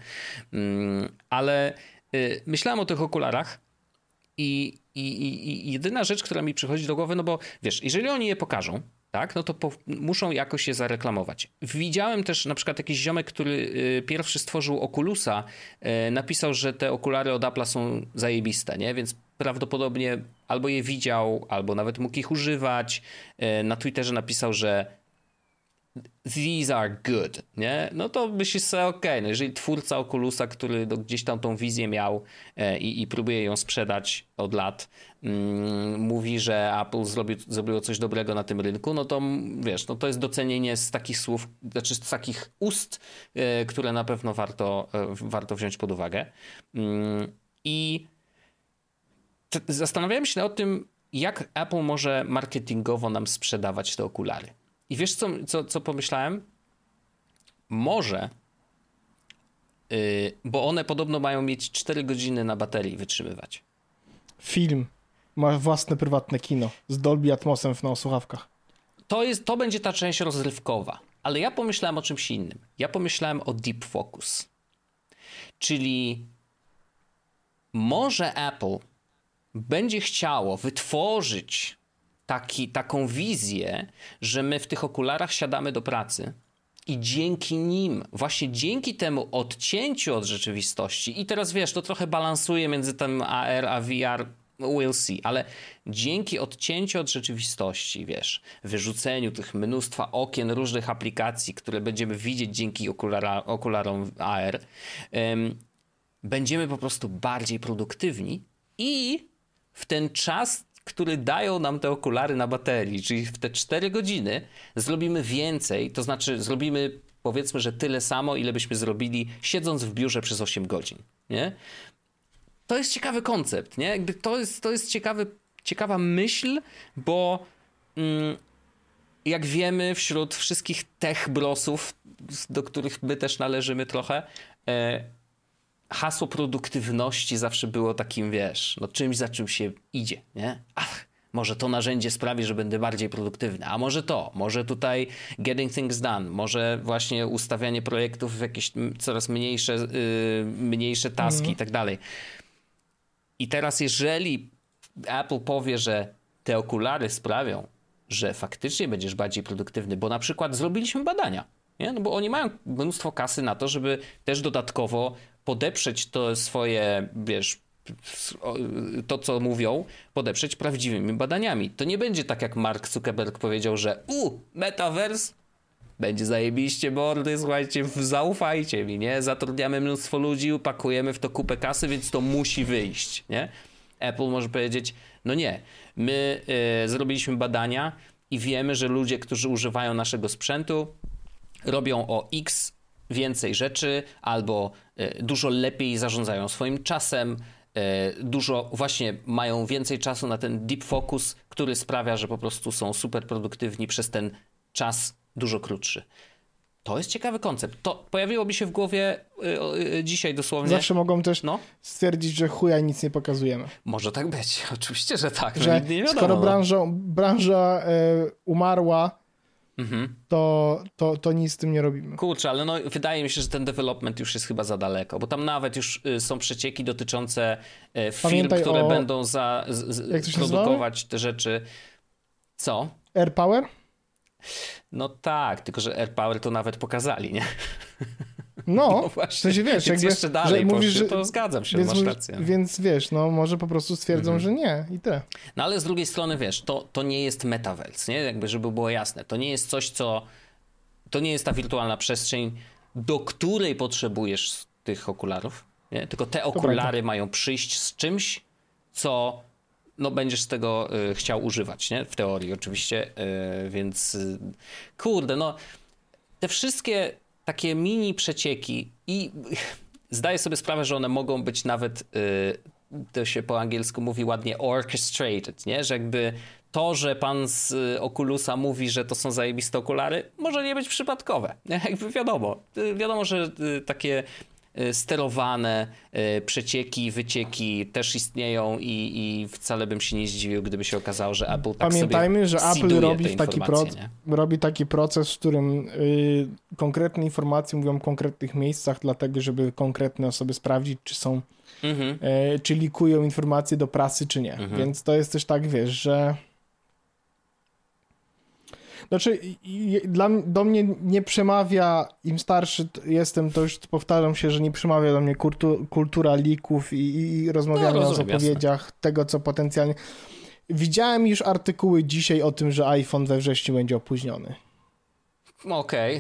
S2: Ale myślałem o tych okularach i jedyna rzecz, która mi przychodzi do głowy, no bo wiesz, jeżeli oni je pokażą, tak, no to muszą jakoś je zareklamować. Widziałem też na przykład jakiś ziomek, który pierwszy stworzył Oculusa, napisał, że te okulary od Apple'a są zajebiste, nie? Więc prawdopodobnie albo je widział, albo nawet mógł ich używać. Na Twitterze napisał, że these are good, nie? No to myślisz sobie, okej, no jeżeli twórca Oculusa, który gdzieś tam tą wizję miał i próbuje ją sprzedać od lat, mówi, że Apple zrobiło coś dobrego na tym rynku, no to wiesz, no to jest docenienie z takich słów, znaczy z takich ust, które na pewno warto wziąć pod uwagę. I zastanawiałem się nad tym, jak Apple może marketingowo nam sprzedawać te okulary. I wiesz, co pomyślałem? Może bo one podobno mają mieć 4 godziny na baterii wytrzymywać.
S1: Film. Ma własne prywatne kino z Dolby Atmosem na słuchawkach.
S2: To będzie ta część rozrywkowa. Ale ja pomyślałem o czymś innym. Ja pomyślałem o Deep Focus. Czyli może Apple będzie chciało wytworzyć taką wizję, że my w tych okularach siadamy do pracy i dzięki nim, właśnie dzięki temu odcięciu od rzeczywistości, i teraz wiesz, to trochę balansuje między tym AR a VR, we'll see, ale dzięki odcięciu od rzeczywistości, wiesz, wyrzuceniu tych mnóstwa okien różnych aplikacji, które będziemy widzieć dzięki okularom AR, będziemy po prostu bardziej produktywni i w ten czas, który dają nam te okulary na baterii, czyli w te 4 godziny zrobimy więcej, to znaczy zrobimy powiedzmy, że tyle samo, ile byśmy zrobili siedząc w biurze przez 8 godzin, nie? To jest ciekawy koncept, nie? Jakby to jest ciekawa myśl, bo jak wiemy, wśród wszystkich tech brosów, do których my też należymy trochę, hasło produktywności zawsze było takim, wiesz, no czymś, za czym się idzie, nie? Ach, może to narzędzie sprawi, że będę bardziej produktywny, a może tutaj getting things done, może właśnie ustawianie projektów w jakieś coraz mniejsze taski i tak dalej. I teraz jeżeli Apple powie, że te okulary sprawią, że faktycznie będziesz bardziej produktywny, bo na przykład zrobiliśmy badania, nie? No bo oni mają mnóstwo kasy na to, żeby też dodatkowo podeprzeć to swoje, wiesz, to co mówią, podeprzeć prawdziwymi badaniami. To nie będzie tak jak Mark Zuckerberg powiedział, że metaverse będzie zajebiście mordy, słuchajcie, zaufajcie mi, nie? Zatrudniamy mnóstwo ludzi, upakujemy w to kupę kasy, więc to musi wyjść, nie? Apple może powiedzieć, no nie, my zrobiliśmy badania i wiemy, że ludzie, którzy używają naszego sprzętu, robią o X więcej rzeczy albo dużo lepiej zarządzają swoim czasem, dużo właśnie mają więcej czasu na ten deep focus, który sprawia, że po prostu są super produktywni przez ten czas dużo krótszy. To jest ciekawy koncept. To pojawiło mi się w głowie dzisiaj dosłownie.
S1: Zawsze mogą też stwierdzić, że chuja nic nie pokazujemy.
S2: Może tak być. Oczywiście, że tak.
S1: Że
S2: nie wiadomo,
S1: skoro branża umarła, to nic z tym nie robimy.
S2: Kurczę, ale no, wydaje mi się, że ten development już jest chyba za daleko, bo tam nawet już są przecieki dotyczące firm, które będą produkować te rzeczy. Co?
S1: AirPower?
S2: No tak, tylko że AirPower to nawet pokazali, nie?
S1: No właśnie. W sensie wiesz, jakby,
S2: jeszcze dalej że mówisz, że to zgadzam się, masz rację.
S1: Więc wiesz, no może po prostu stwierdzą, że nie i tyle.
S2: No ale z drugiej strony wiesz, to nie jest metaverse, nie? Jakby żeby było jasne, to nie jest coś, to nie jest ta wirtualna przestrzeń, do której potrzebujesz tych okularów, nie? Tylko te okulary mają przyjść z czymś, co będziesz z tego chciał używać, nie? W teorii oczywiście, więc kurde, no te wszystkie takie mini przecieki i zdaję sobie sprawę, że one mogą być nawet, to się po angielsku mówi ładnie orchestrated, nie? Że jakby to, że pan z Oculusa mówi, że to są zajebiste okulary, może nie być przypadkowe. Jakby wiadomo, że takie sterowane przecieki, wycieki też istnieją i wcale bym się nie zdziwił, gdyby się okazało, że Apple tak
S1: Pamiętajmy, że Apple robi taki proces, w którym konkretne informacje mówią o konkretnych miejscach, dlatego żeby konkretne osoby sprawdzić, czy są czy likują informacje do prasy, czy nie. Więc to jest też tak, wiesz, że znaczy, do mnie nie przemawia, im starszy jestem, to już powtarzam się, że nie przemawia do mnie kultura leaków i rozmawiania o zapowiedziach tego, co potencjalnie... Widziałem już artykuły dzisiaj o tym, że iPhone we wrześniu będzie opóźniony.
S2: Okej.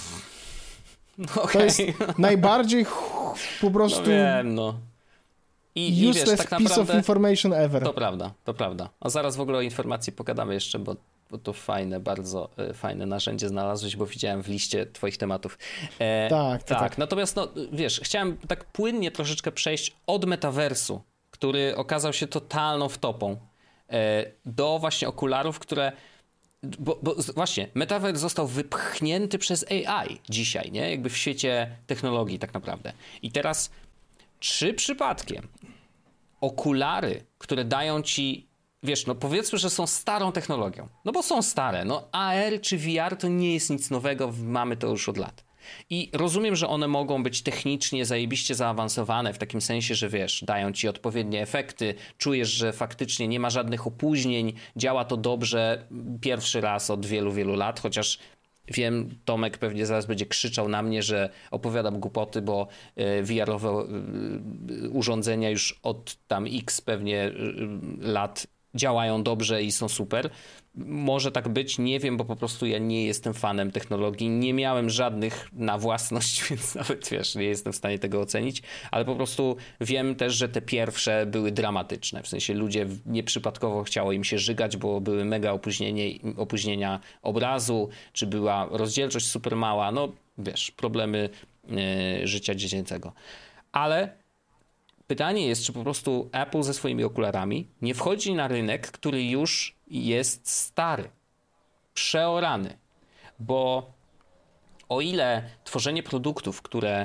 S1: To jest najbardziej po prostu...
S2: No wiem, no. I
S1: useless
S2: wiesz, tak naprawdę,
S1: piece of information ever.
S2: To prawda. A zaraz w ogóle o informacji pogadamy jeszcze, bo to fajne, bardzo fajne narzędzie znalazłeś, bo widziałem w liście twoich tematów. Tak. Natomiast, no wiesz, chciałem tak płynnie troszeczkę przejść od metaversu, który okazał się totalną wtopą, do właśnie okularów, które Bo właśnie, Metaverse został wypchnięty przez AI dzisiaj, nie? Jakby w świecie technologii tak naprawdę. I teraz, czy przypadkiem okulary, które dają ci, wiesz, no powiedzmy, że są starą technologią, no bo są stare, no AR czy VR to nie jest nic nowego, mamy to już od lat. I rozumiem, że one mogą być technicznie zajebiście zaawansowane w takim sensie, że wiesz, dają ci odpowiednie efekty, czujesz, że faktycznie nie ma żadnych opóźnień, działa to dobrze pierwszy raz od wielu, wielu lat, chociaż wiem, Tomek pewnie zaraz będzie krzyczał na mnie, że opowiadam głupoty, bo VR-owe urządzenia już od tam X pewnie lat działają dobrze i są super. Może tak być, nie wiem, bo po prostu ja nie jestem fanem technologii, nie miałem żadnych na własność, więc nawet wiesz, nie jestem w stanie tego ocenić, ale po prostu wiem też, że te pierwsze były dramatyczne, w sensie ludzie nieprzypadkowo chciało im się żygać, bo były mega opóźnienia obrazu, czy była rozdzielczość super mała, no wiesz, problemy życia dziecięcego. Ale pytanie jest, czy po prostu Apple ze swoimi okularami nie wchodzi na rynek, który już jest stary, przeorany, bo o ile tworzenie produktów, które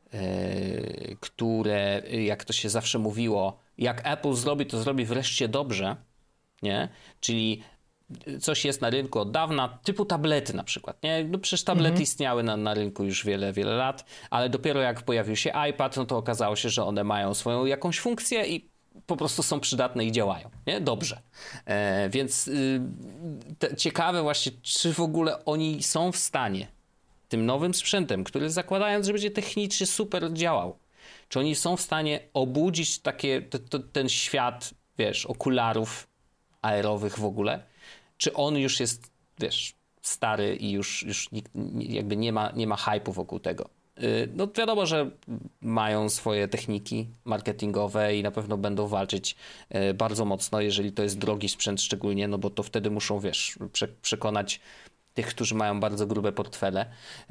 S2: jak to się zawsze mówiło, jak Apple zrobi, to zrobi wreszcie dobrze, nie? Czyli coś jest na rynku od dawna, typu tablety na przykład, nie? No przecież tablety istniały na rynku już wiele, wiele lat, ale dopiero jak pojawił się iPad, no to okazało się, że one mają swoją jakąś funkcję i po prostu są przydatne i działają, nie? Dobrze. Więc ciekawe właśnie, czy w ogóle oni są w stanie tym nowym sprzętem, który zakładając, że będzie technicznie super działał, czy oni są w stanie obudzić ten świat, wiesz, okularów AR-owych w ogóle, czy on już jest, wiesz, stary i już jakby nie ma hype'u wokół tego. No wiadomo, że mają swoje techniki marketingowe i na pewno będą walczyć bardzo mocno, jeżeli to jest drogi sprzęt szczególnie, no bo to wtedy muszą, wiesz, przekonać tych, którzy mają bardzo grube portfele,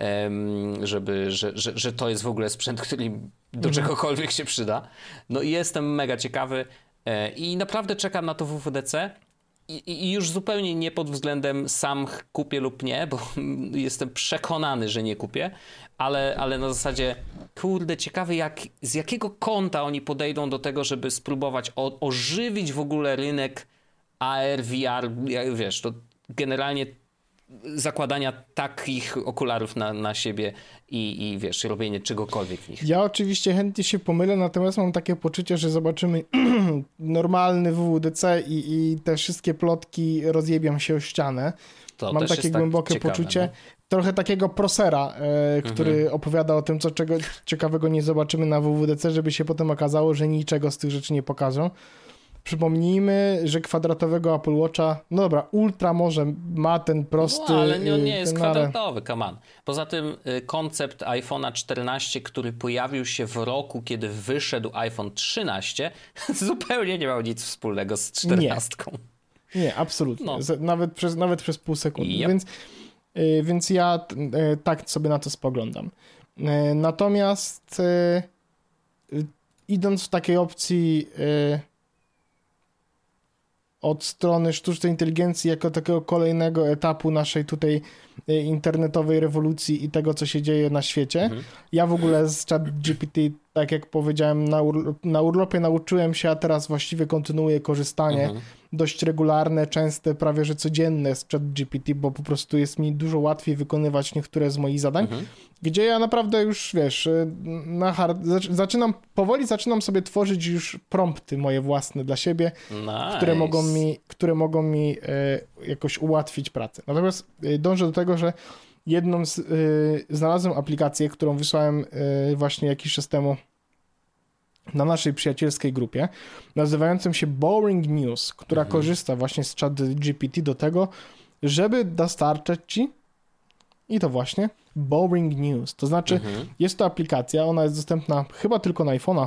S2: że to jest w ogóle sprzęt, który im do czegokolwiek się przyda. No i jestem mega ciekawy i naprawdę czekam na to WWDC. I już zupełnie nie pod względem sam kupię lub nie, bo jestem przekonany, że nie kupię, ale na zasadzie, kurde, ciekawy z jakiego kąta oni podejdą do tego, żeby spróbować ożywić w ogóle rynek AR, VR, wiesz, to generalnie zakładania takich okularów na siebie i wiesz, robienie czegokolwiek w nich.
S1: Ja oczywiście chętnie się pomylę, natomiast mam takie poczucie, że zobaczymy normalny WWDC i te wszystkie plotki rozjebią się o ścianę. Mam takie głębokie poczucie. No. Trochę takiego prosera, który opowiada o tym, czego ciekawego nie zobaczymy na WWDC, żeby się potem okazało, że niczego z tych rzeczy nie pokażą. Przypomnijmy, że kwadratowego Apple Watcha, no dobra, Ultra może ma ten prosty...
S2: No, ale on nie jest kwadratowy, come on. Poza tym koncept iPhone'a 14, który pojawił się w roku, kiedy wyszedł iPhone 13, zupełnie nie miał nic wspólnego z 14.
S1: Nie, absolutnie. No. Nawet przez pół sekundy.
S2: Yep.
S1: Więc ja tak sobie na to spoglądam. Natomiast idąc w takiej opcji... od strony sztucznej inteligencji jako takiego kolejnego etapu naszej tutaj internetowej rewolucji i tego, co się dzieje na świecie. Ja w ogóle z ChatGPT, tak jak powiedziałem, na urlopie nauczyłem się, a teraz właściwie kontynuuję korzystanie dość regularne, częste, prawie że codzienne z ChatGPT, bo po prostu jest mi dużo łatwiej wykonywać niektóre z moich zadań, gdzie ja naprawdę już, wiesz, zaczynam sobie tworzyć już prompty moje własne dla siebie,
S2: nice.
S1: które mogą mi jakoś ułatwić pracę. Natomiast dążę do tego, że znalazłem aplikację, którą wysłałem właśnie jakiś czas temu na naszej przyjacielskiej grupie, nazywającym się Boring News, która korzysta właśnie z ChatGPT do tego, żeby dostarczać ci, i to właśnie, Boring News. To znaczy, jest to aplikacja, ona jest dostępna chyba tylko na iPhone'a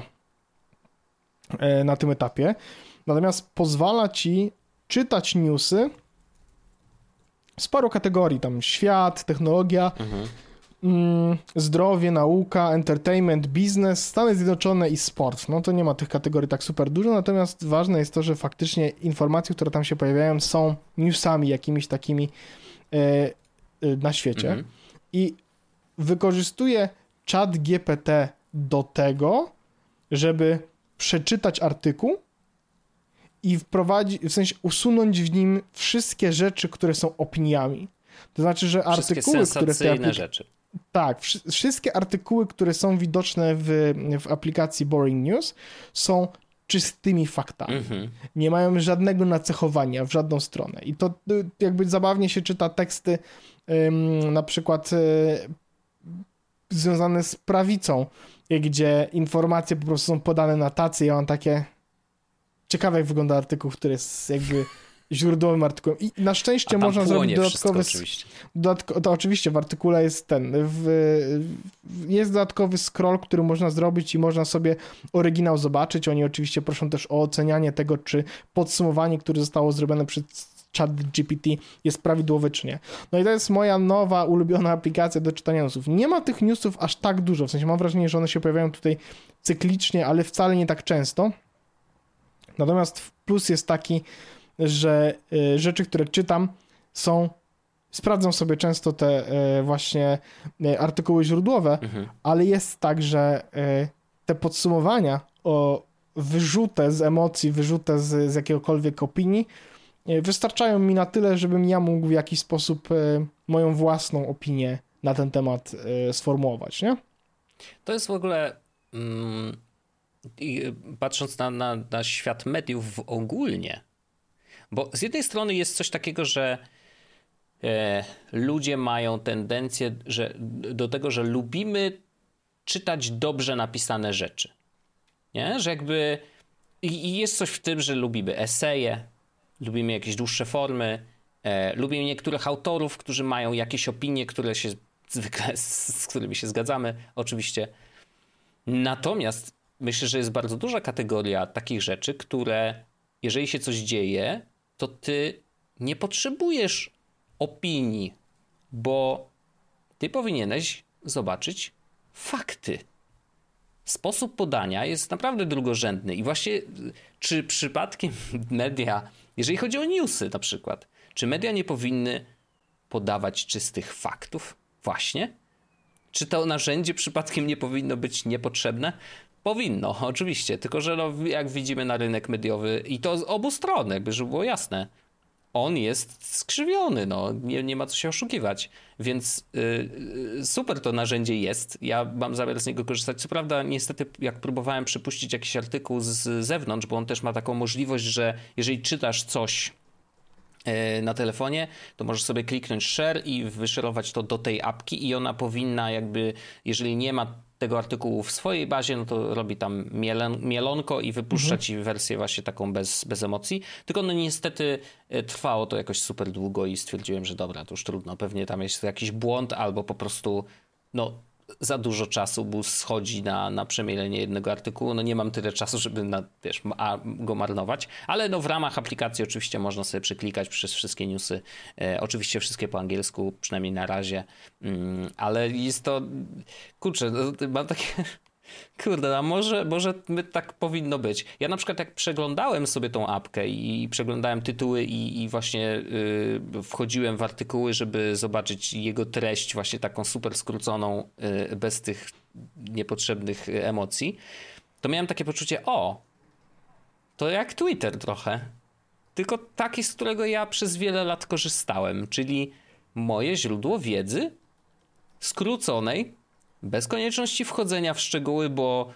S1: na tym etapie, natomiast pozwala ci czytać newsy z paru kategorii, tam świat, technologia, zdrowie, nauka, entertainment, biznes, Stany Zjednoczone i sport. No to nie ma tych kategorii tak super dużo, natomiast ważne jest to, że faktycznie informacje, które tam się pojawiają, są newsami jakimiś takimi na świecie. I wykorzystuje ChatGPT do tego, żeby przeczytać artykuł i w sensie usunąć w nim wszystkie rzeczy, które są opiniami. To znaczy, że artykuły, które w tej
S2: rzeczy.
S1: Tak, wszystkie artykuły, które są widoczne w aplikacji Boring News są czystymi faktami. Nie mają żadnego nacechowania w żadną stronę. I to jakby zabawnie się czyta teksty na przykład związane z prawicą, gdzie informacje po prostu są podane na tacy. Ja mam takie... Ciekawe, jak wygląda artykuł, który jest jakby źródłowym artykułem. I na szczęście można zrobić dodatkowy... To oczywiście w artykule jest jest dodatkowy scroll, który można zrobić i można sobie oryginał zobaczyć. Oni oczywiście proszą też o ocenianie tego, czy podsumowanie, które zostało zrobione przez ChatGPT jest prawidłowe, czy nie. No i to jest moja nowa, ulubiona aplikacja do czytania newsów. Nie ma tych newsów aż tak dużo, w sensie mam wrażenie, że one się pojawiają tutaj cyklicznie, ale wcale nie tak często. Natomiast plus jest taki, że rzeczy, które czytam sprawdzam sobie często te właśnie artykuły źródłowe, ale jest tak, że te podsumowania wyrzute z emocji, wyrzute z jakiegokolwiek opinii wystarczają mi na tyle, żebym ja mógł w jakiś sposób moją własną opinię na ten temat sformułować, nie?
S2: To jest w ogóle... patrząc na świat mediów ogólnie, bo z jednej strony jest coś takiego, że ludzie mają tendencję do tego, że lubimy czytać dobrze napisane rzeczy. Nie? Że jakby i jest coś w tym, że lubimy eseje, lubimy jakieś dłuższe formy, lubimy niektórych autorów, którzy mają jakieś opinie, które się zwykle z którymi się zgadzamy, oczywiście. Natomiast myślę, że jest bardzo duża kategoria takich rzeczy, które jeżeli się coś dzieje, to ty nie potrzebujesz opinii, bo ty powinieneś zobaczyć fakty. Sposób podania jest naprawdę drugorzędny i właśnie czy przypadkiem media, jeżeli chodzi o newsy na przykład, czy media nie powinny podawać czystych faktów? Właśnie? Czy to narzędzie przypadkiem nie powinno być niepotrzebne? Powinno, oczywiście, tylko że jak widzimy na rynek mediowy i to z obu stron, jakby żeby było jasne, on jest skrzywiony, nie ma co się oszukiwać, więc super to narzędzie jest, ja mam zamiar z niego korzystać, co prawda niestety jak próbowałem przepuścić jakiś artykuł z zewnątrz, bo on też ma taką możliwość, że jeżeli czytasz coś na telefonie, to możesz sobie kliknąć share i wyszerować to do tej apki i ona powinna jakby, jeżeli nie ma tego artykułu w swojej bazie, no to robi tam mielonko i wypuszcza ci wersję właśnie taką bez emocji. Tylko no niestety trwało to jakoś super długo i stwierdziłem, że dobra, to już trudno. Pewnie tam jest jakiś błąd albo po prostu za dużo czasu schodzi na przemielenie jednego artykułu. No nie mam tyle czasu, żeby go marnować, ale w ramach aplikacji oczywiście można sobie przeklikać przez wszystkie newsy. Oczywiście wszystkie po angielsku, przynajmniej na razie, ale jest to, kurczę, mam takie... Kurde, a może tak powinno być. Ja na przykład jak przeglądałem sobie tą apkę i przeglądałem tytuły i właśnie wchodziłem w artykuły, żeby zobaczyć jego treść właśnie taką super skróconą, bez tych niepotrzebnych emocji, to miałem takie poczucie, to jak Twitter trochę. Tylko taki, z którego ja przez wiele lat korzystałem, czyli moje źródło wiedzy skróconej, bez konieczności wchodzenia w szczegóły,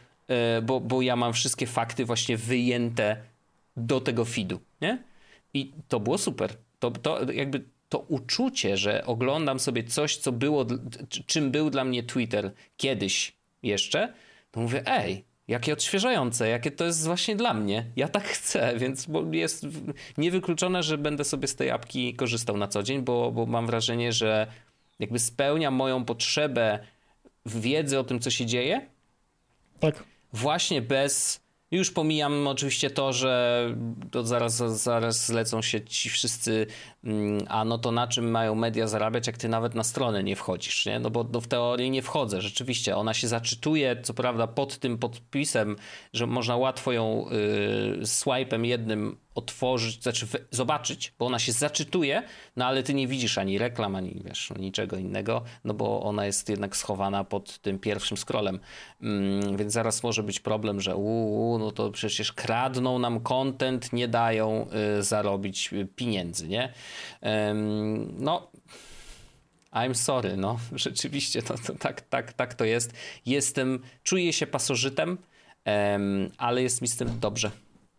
S2: bo ja mam wszystkie fakty właśnie wyjęte do tego feedu, nie? I to było super. To jakby to uczucie, że oglądam sobie coś, co było, czym był dla mnie Twitter kiedyś jeszcze, to mówię, jakie odświeżające, jakie to jest właśnie dla mnie. Ja tak chcę, więc jest niewykluczone, że będę sobie z tej apki korzystał na co dzień, bo mam wrażenie, że jakby spełnia moją potrzebę wiedzy o tym, co się dzieje.
S1: Tak.
S2: Właśnie już pomijam oczywiście to, że to zaraz zlecą się ci wszyscy A no to na czym mają media zarabiać, jak ty nawet na stronę nie wchodzisz, nie? No bo w teorii nie wchodzę, rzeczywiście. Ona się zaczytuje, co prawda pod tym podpisem, że można łatwo ją swipe'em jednym otworzyć, znaczy zobaczyć, bo ona się zaczytuje, no ale ty nie widzisz ani reklam, ani wiesz, niczego innego, no bo ona jest jednak schowana pod tym pierwszym scrollem. Więc zaraz może być problem, że no to przecież kradną nam content, nie dają zarobić pieniędzy, nie? No, I'm sorry, no, rzeczywiście to tak to jest. Czuję się pasożytem, ale jest mi z tym dobrze.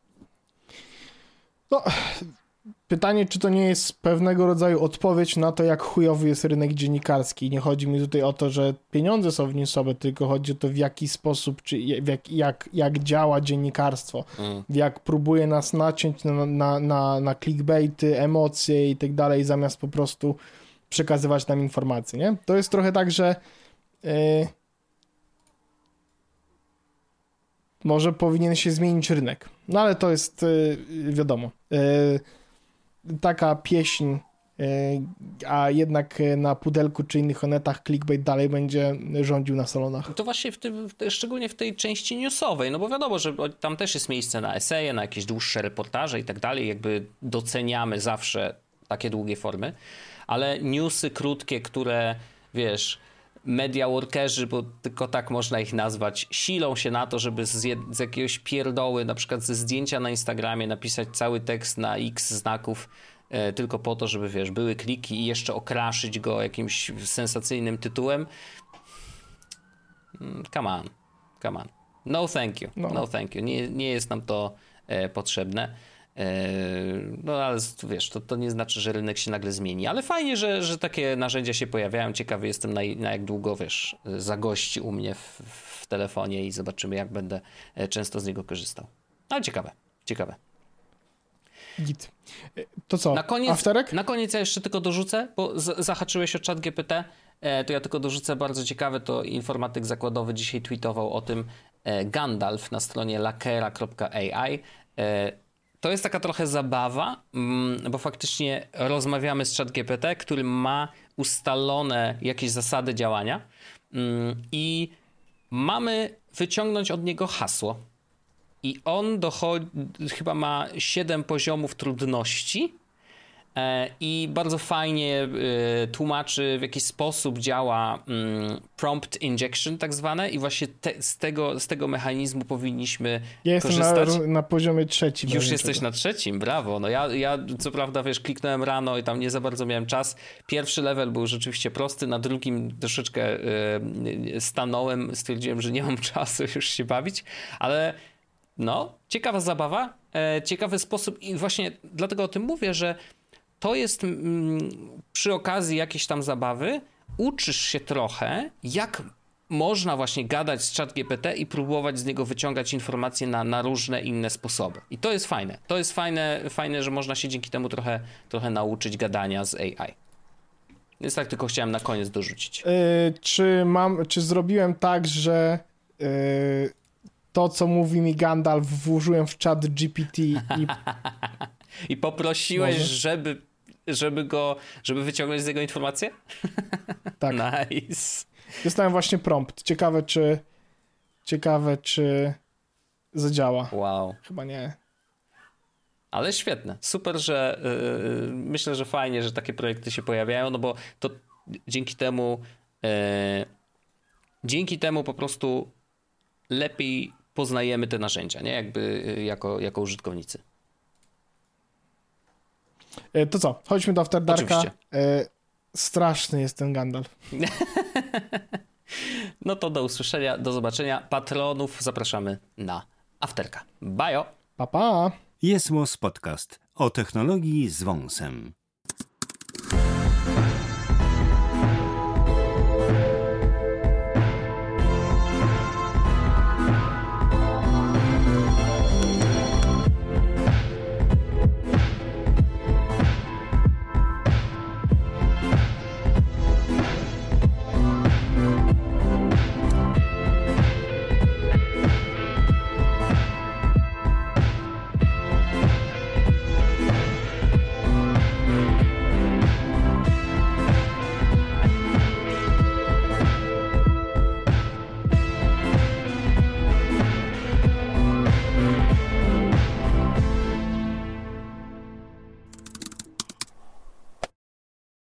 S1: No, pytanie, czy to nie jest pewnego rodzaju odpowiedź na to, jak chujowy jest rynek dziennikarski. Nie chodzi mi tutaj o to, że pieniądze są w nim słabe, tylko chodzi o to, w jaki sposób, czy jak działa dziennikarstwo. Jak próbuje nas naciąć na clickbaity, emocje i tak dalej, zamiast po prostu przekazywać nam informacje, nie? To jest trochę tak, że może powinien się zmienić rynek. No ale to jest wiadomo. Taka pieśń, a jednak na Pudelku czy innych onetach clickbait dalej będzie rządził na salonach.
S2: To właśnie szczególnie w tej części newsowej, no bo wiadomo, że tam też jest miejsce na eseje, na jakieś dłuższe reportaże i tak dalej, jakby doceniamy zawsze takie długie formy, ale newsy krótkie, które wiesz, media workerzy, bo tylko tak można ich nazwać, silą się na to, żeby z jakiegoś pierdoły, na przykład ze zdjęcia na Instagramie napisać cały tekst na X znaków, tylko po to, żeby wiesz, były kliki i jeszcze okraszyć go jakimś sensacyjnym tytułem. Come on. No thank you. No thank you. Nie jest nam to potrzebne. No ale wiesz, to nie znaczy, że rynek się nagle zmieni, ale fajnie, że takie narzędzia się pojawiają. Ciekawy jestem na jak długo, wiesz, zagości u mnie w telefonie i zobaczymy, jak będę często z niego korzystał. Ale ciekawe.
S1: Git. To co? Afterek?
S2: Na koniec ja jeszcze tylko dorzucę, bo zahaczyłeś o ChatGPT, to ja tylko dorzucę bardzo ciekawe, to informatyk zakładowy dzisiaj tweetował o tym, Gandalf na stronie lakera.ai. To jest taka trochę zabawa, bo faktycznie rozmawiamy z ChatGPT, który ma ustalone jakieś zasady działania i mamy wyciągnąć od niego hasło. I on chyba ma 7 poziomów trudności i bardzo fajnie tłumaczy, w jaki sposób działa prompt injection tak zwane i właśnie z tego mechanizmu powinniśmy korzystać.
S1: Jestem na poziomie 3.
S2: Już jesteś na 3, brawo. No ja co prawda, wiesz, kliknąłem rano i tam nie za bardzo miałem czas. Pierwszy level był rzeczywiście prosty, na drugim troszeczkę stanąłem, stwierdziłem, że nie mam czasu już się bawić, ale no, ciekawa zabawa, ciekawy sposób i właśnie dlatego o tym mówię, że to jest przy okazji jakiejś tam zabawy, uczysz się trochę, jak można właśnie gadać z ChatGPT i próbować z niego wyciągać informacje na różne inne sposoby. I to jest fajne. To jest fajne, że można się dzięki temu trochę nauczyć gadania z AI. Więc tak tylko chciałem na koniec dorzucić.
S1: Czy zrobiłem tak, że to, co mówi mi Gandalf, włożyłem w chat GPT
S2: i poprosiłeś, żeby wyciągnąć z niego informację?
S1: Tak.
S2: Nice.
S1: Dostałem właśnie prompt. Ciekawe, czy zadziała.
S2: Wow.
S1: Chyba nie.
S2: Ale świetne. Super, że myślę, że fajnie, że takie projekty się pojawiają, no bo to dzięki temu po prostu lepiej poznajemy te narzędzia, nie? Jakby jako użytkownicy.
S1: To co? Chodźmy do After Darka.
S2: Oczywiście.
S1: Straszny jest ten Gandalf.
S2: No to do usłyszenia, do zobaczenia. Patronów zapraszamy na Afterka. Bajo!
S1: Pa, pa!
S3: Jest Podcast o technologii z wąsem.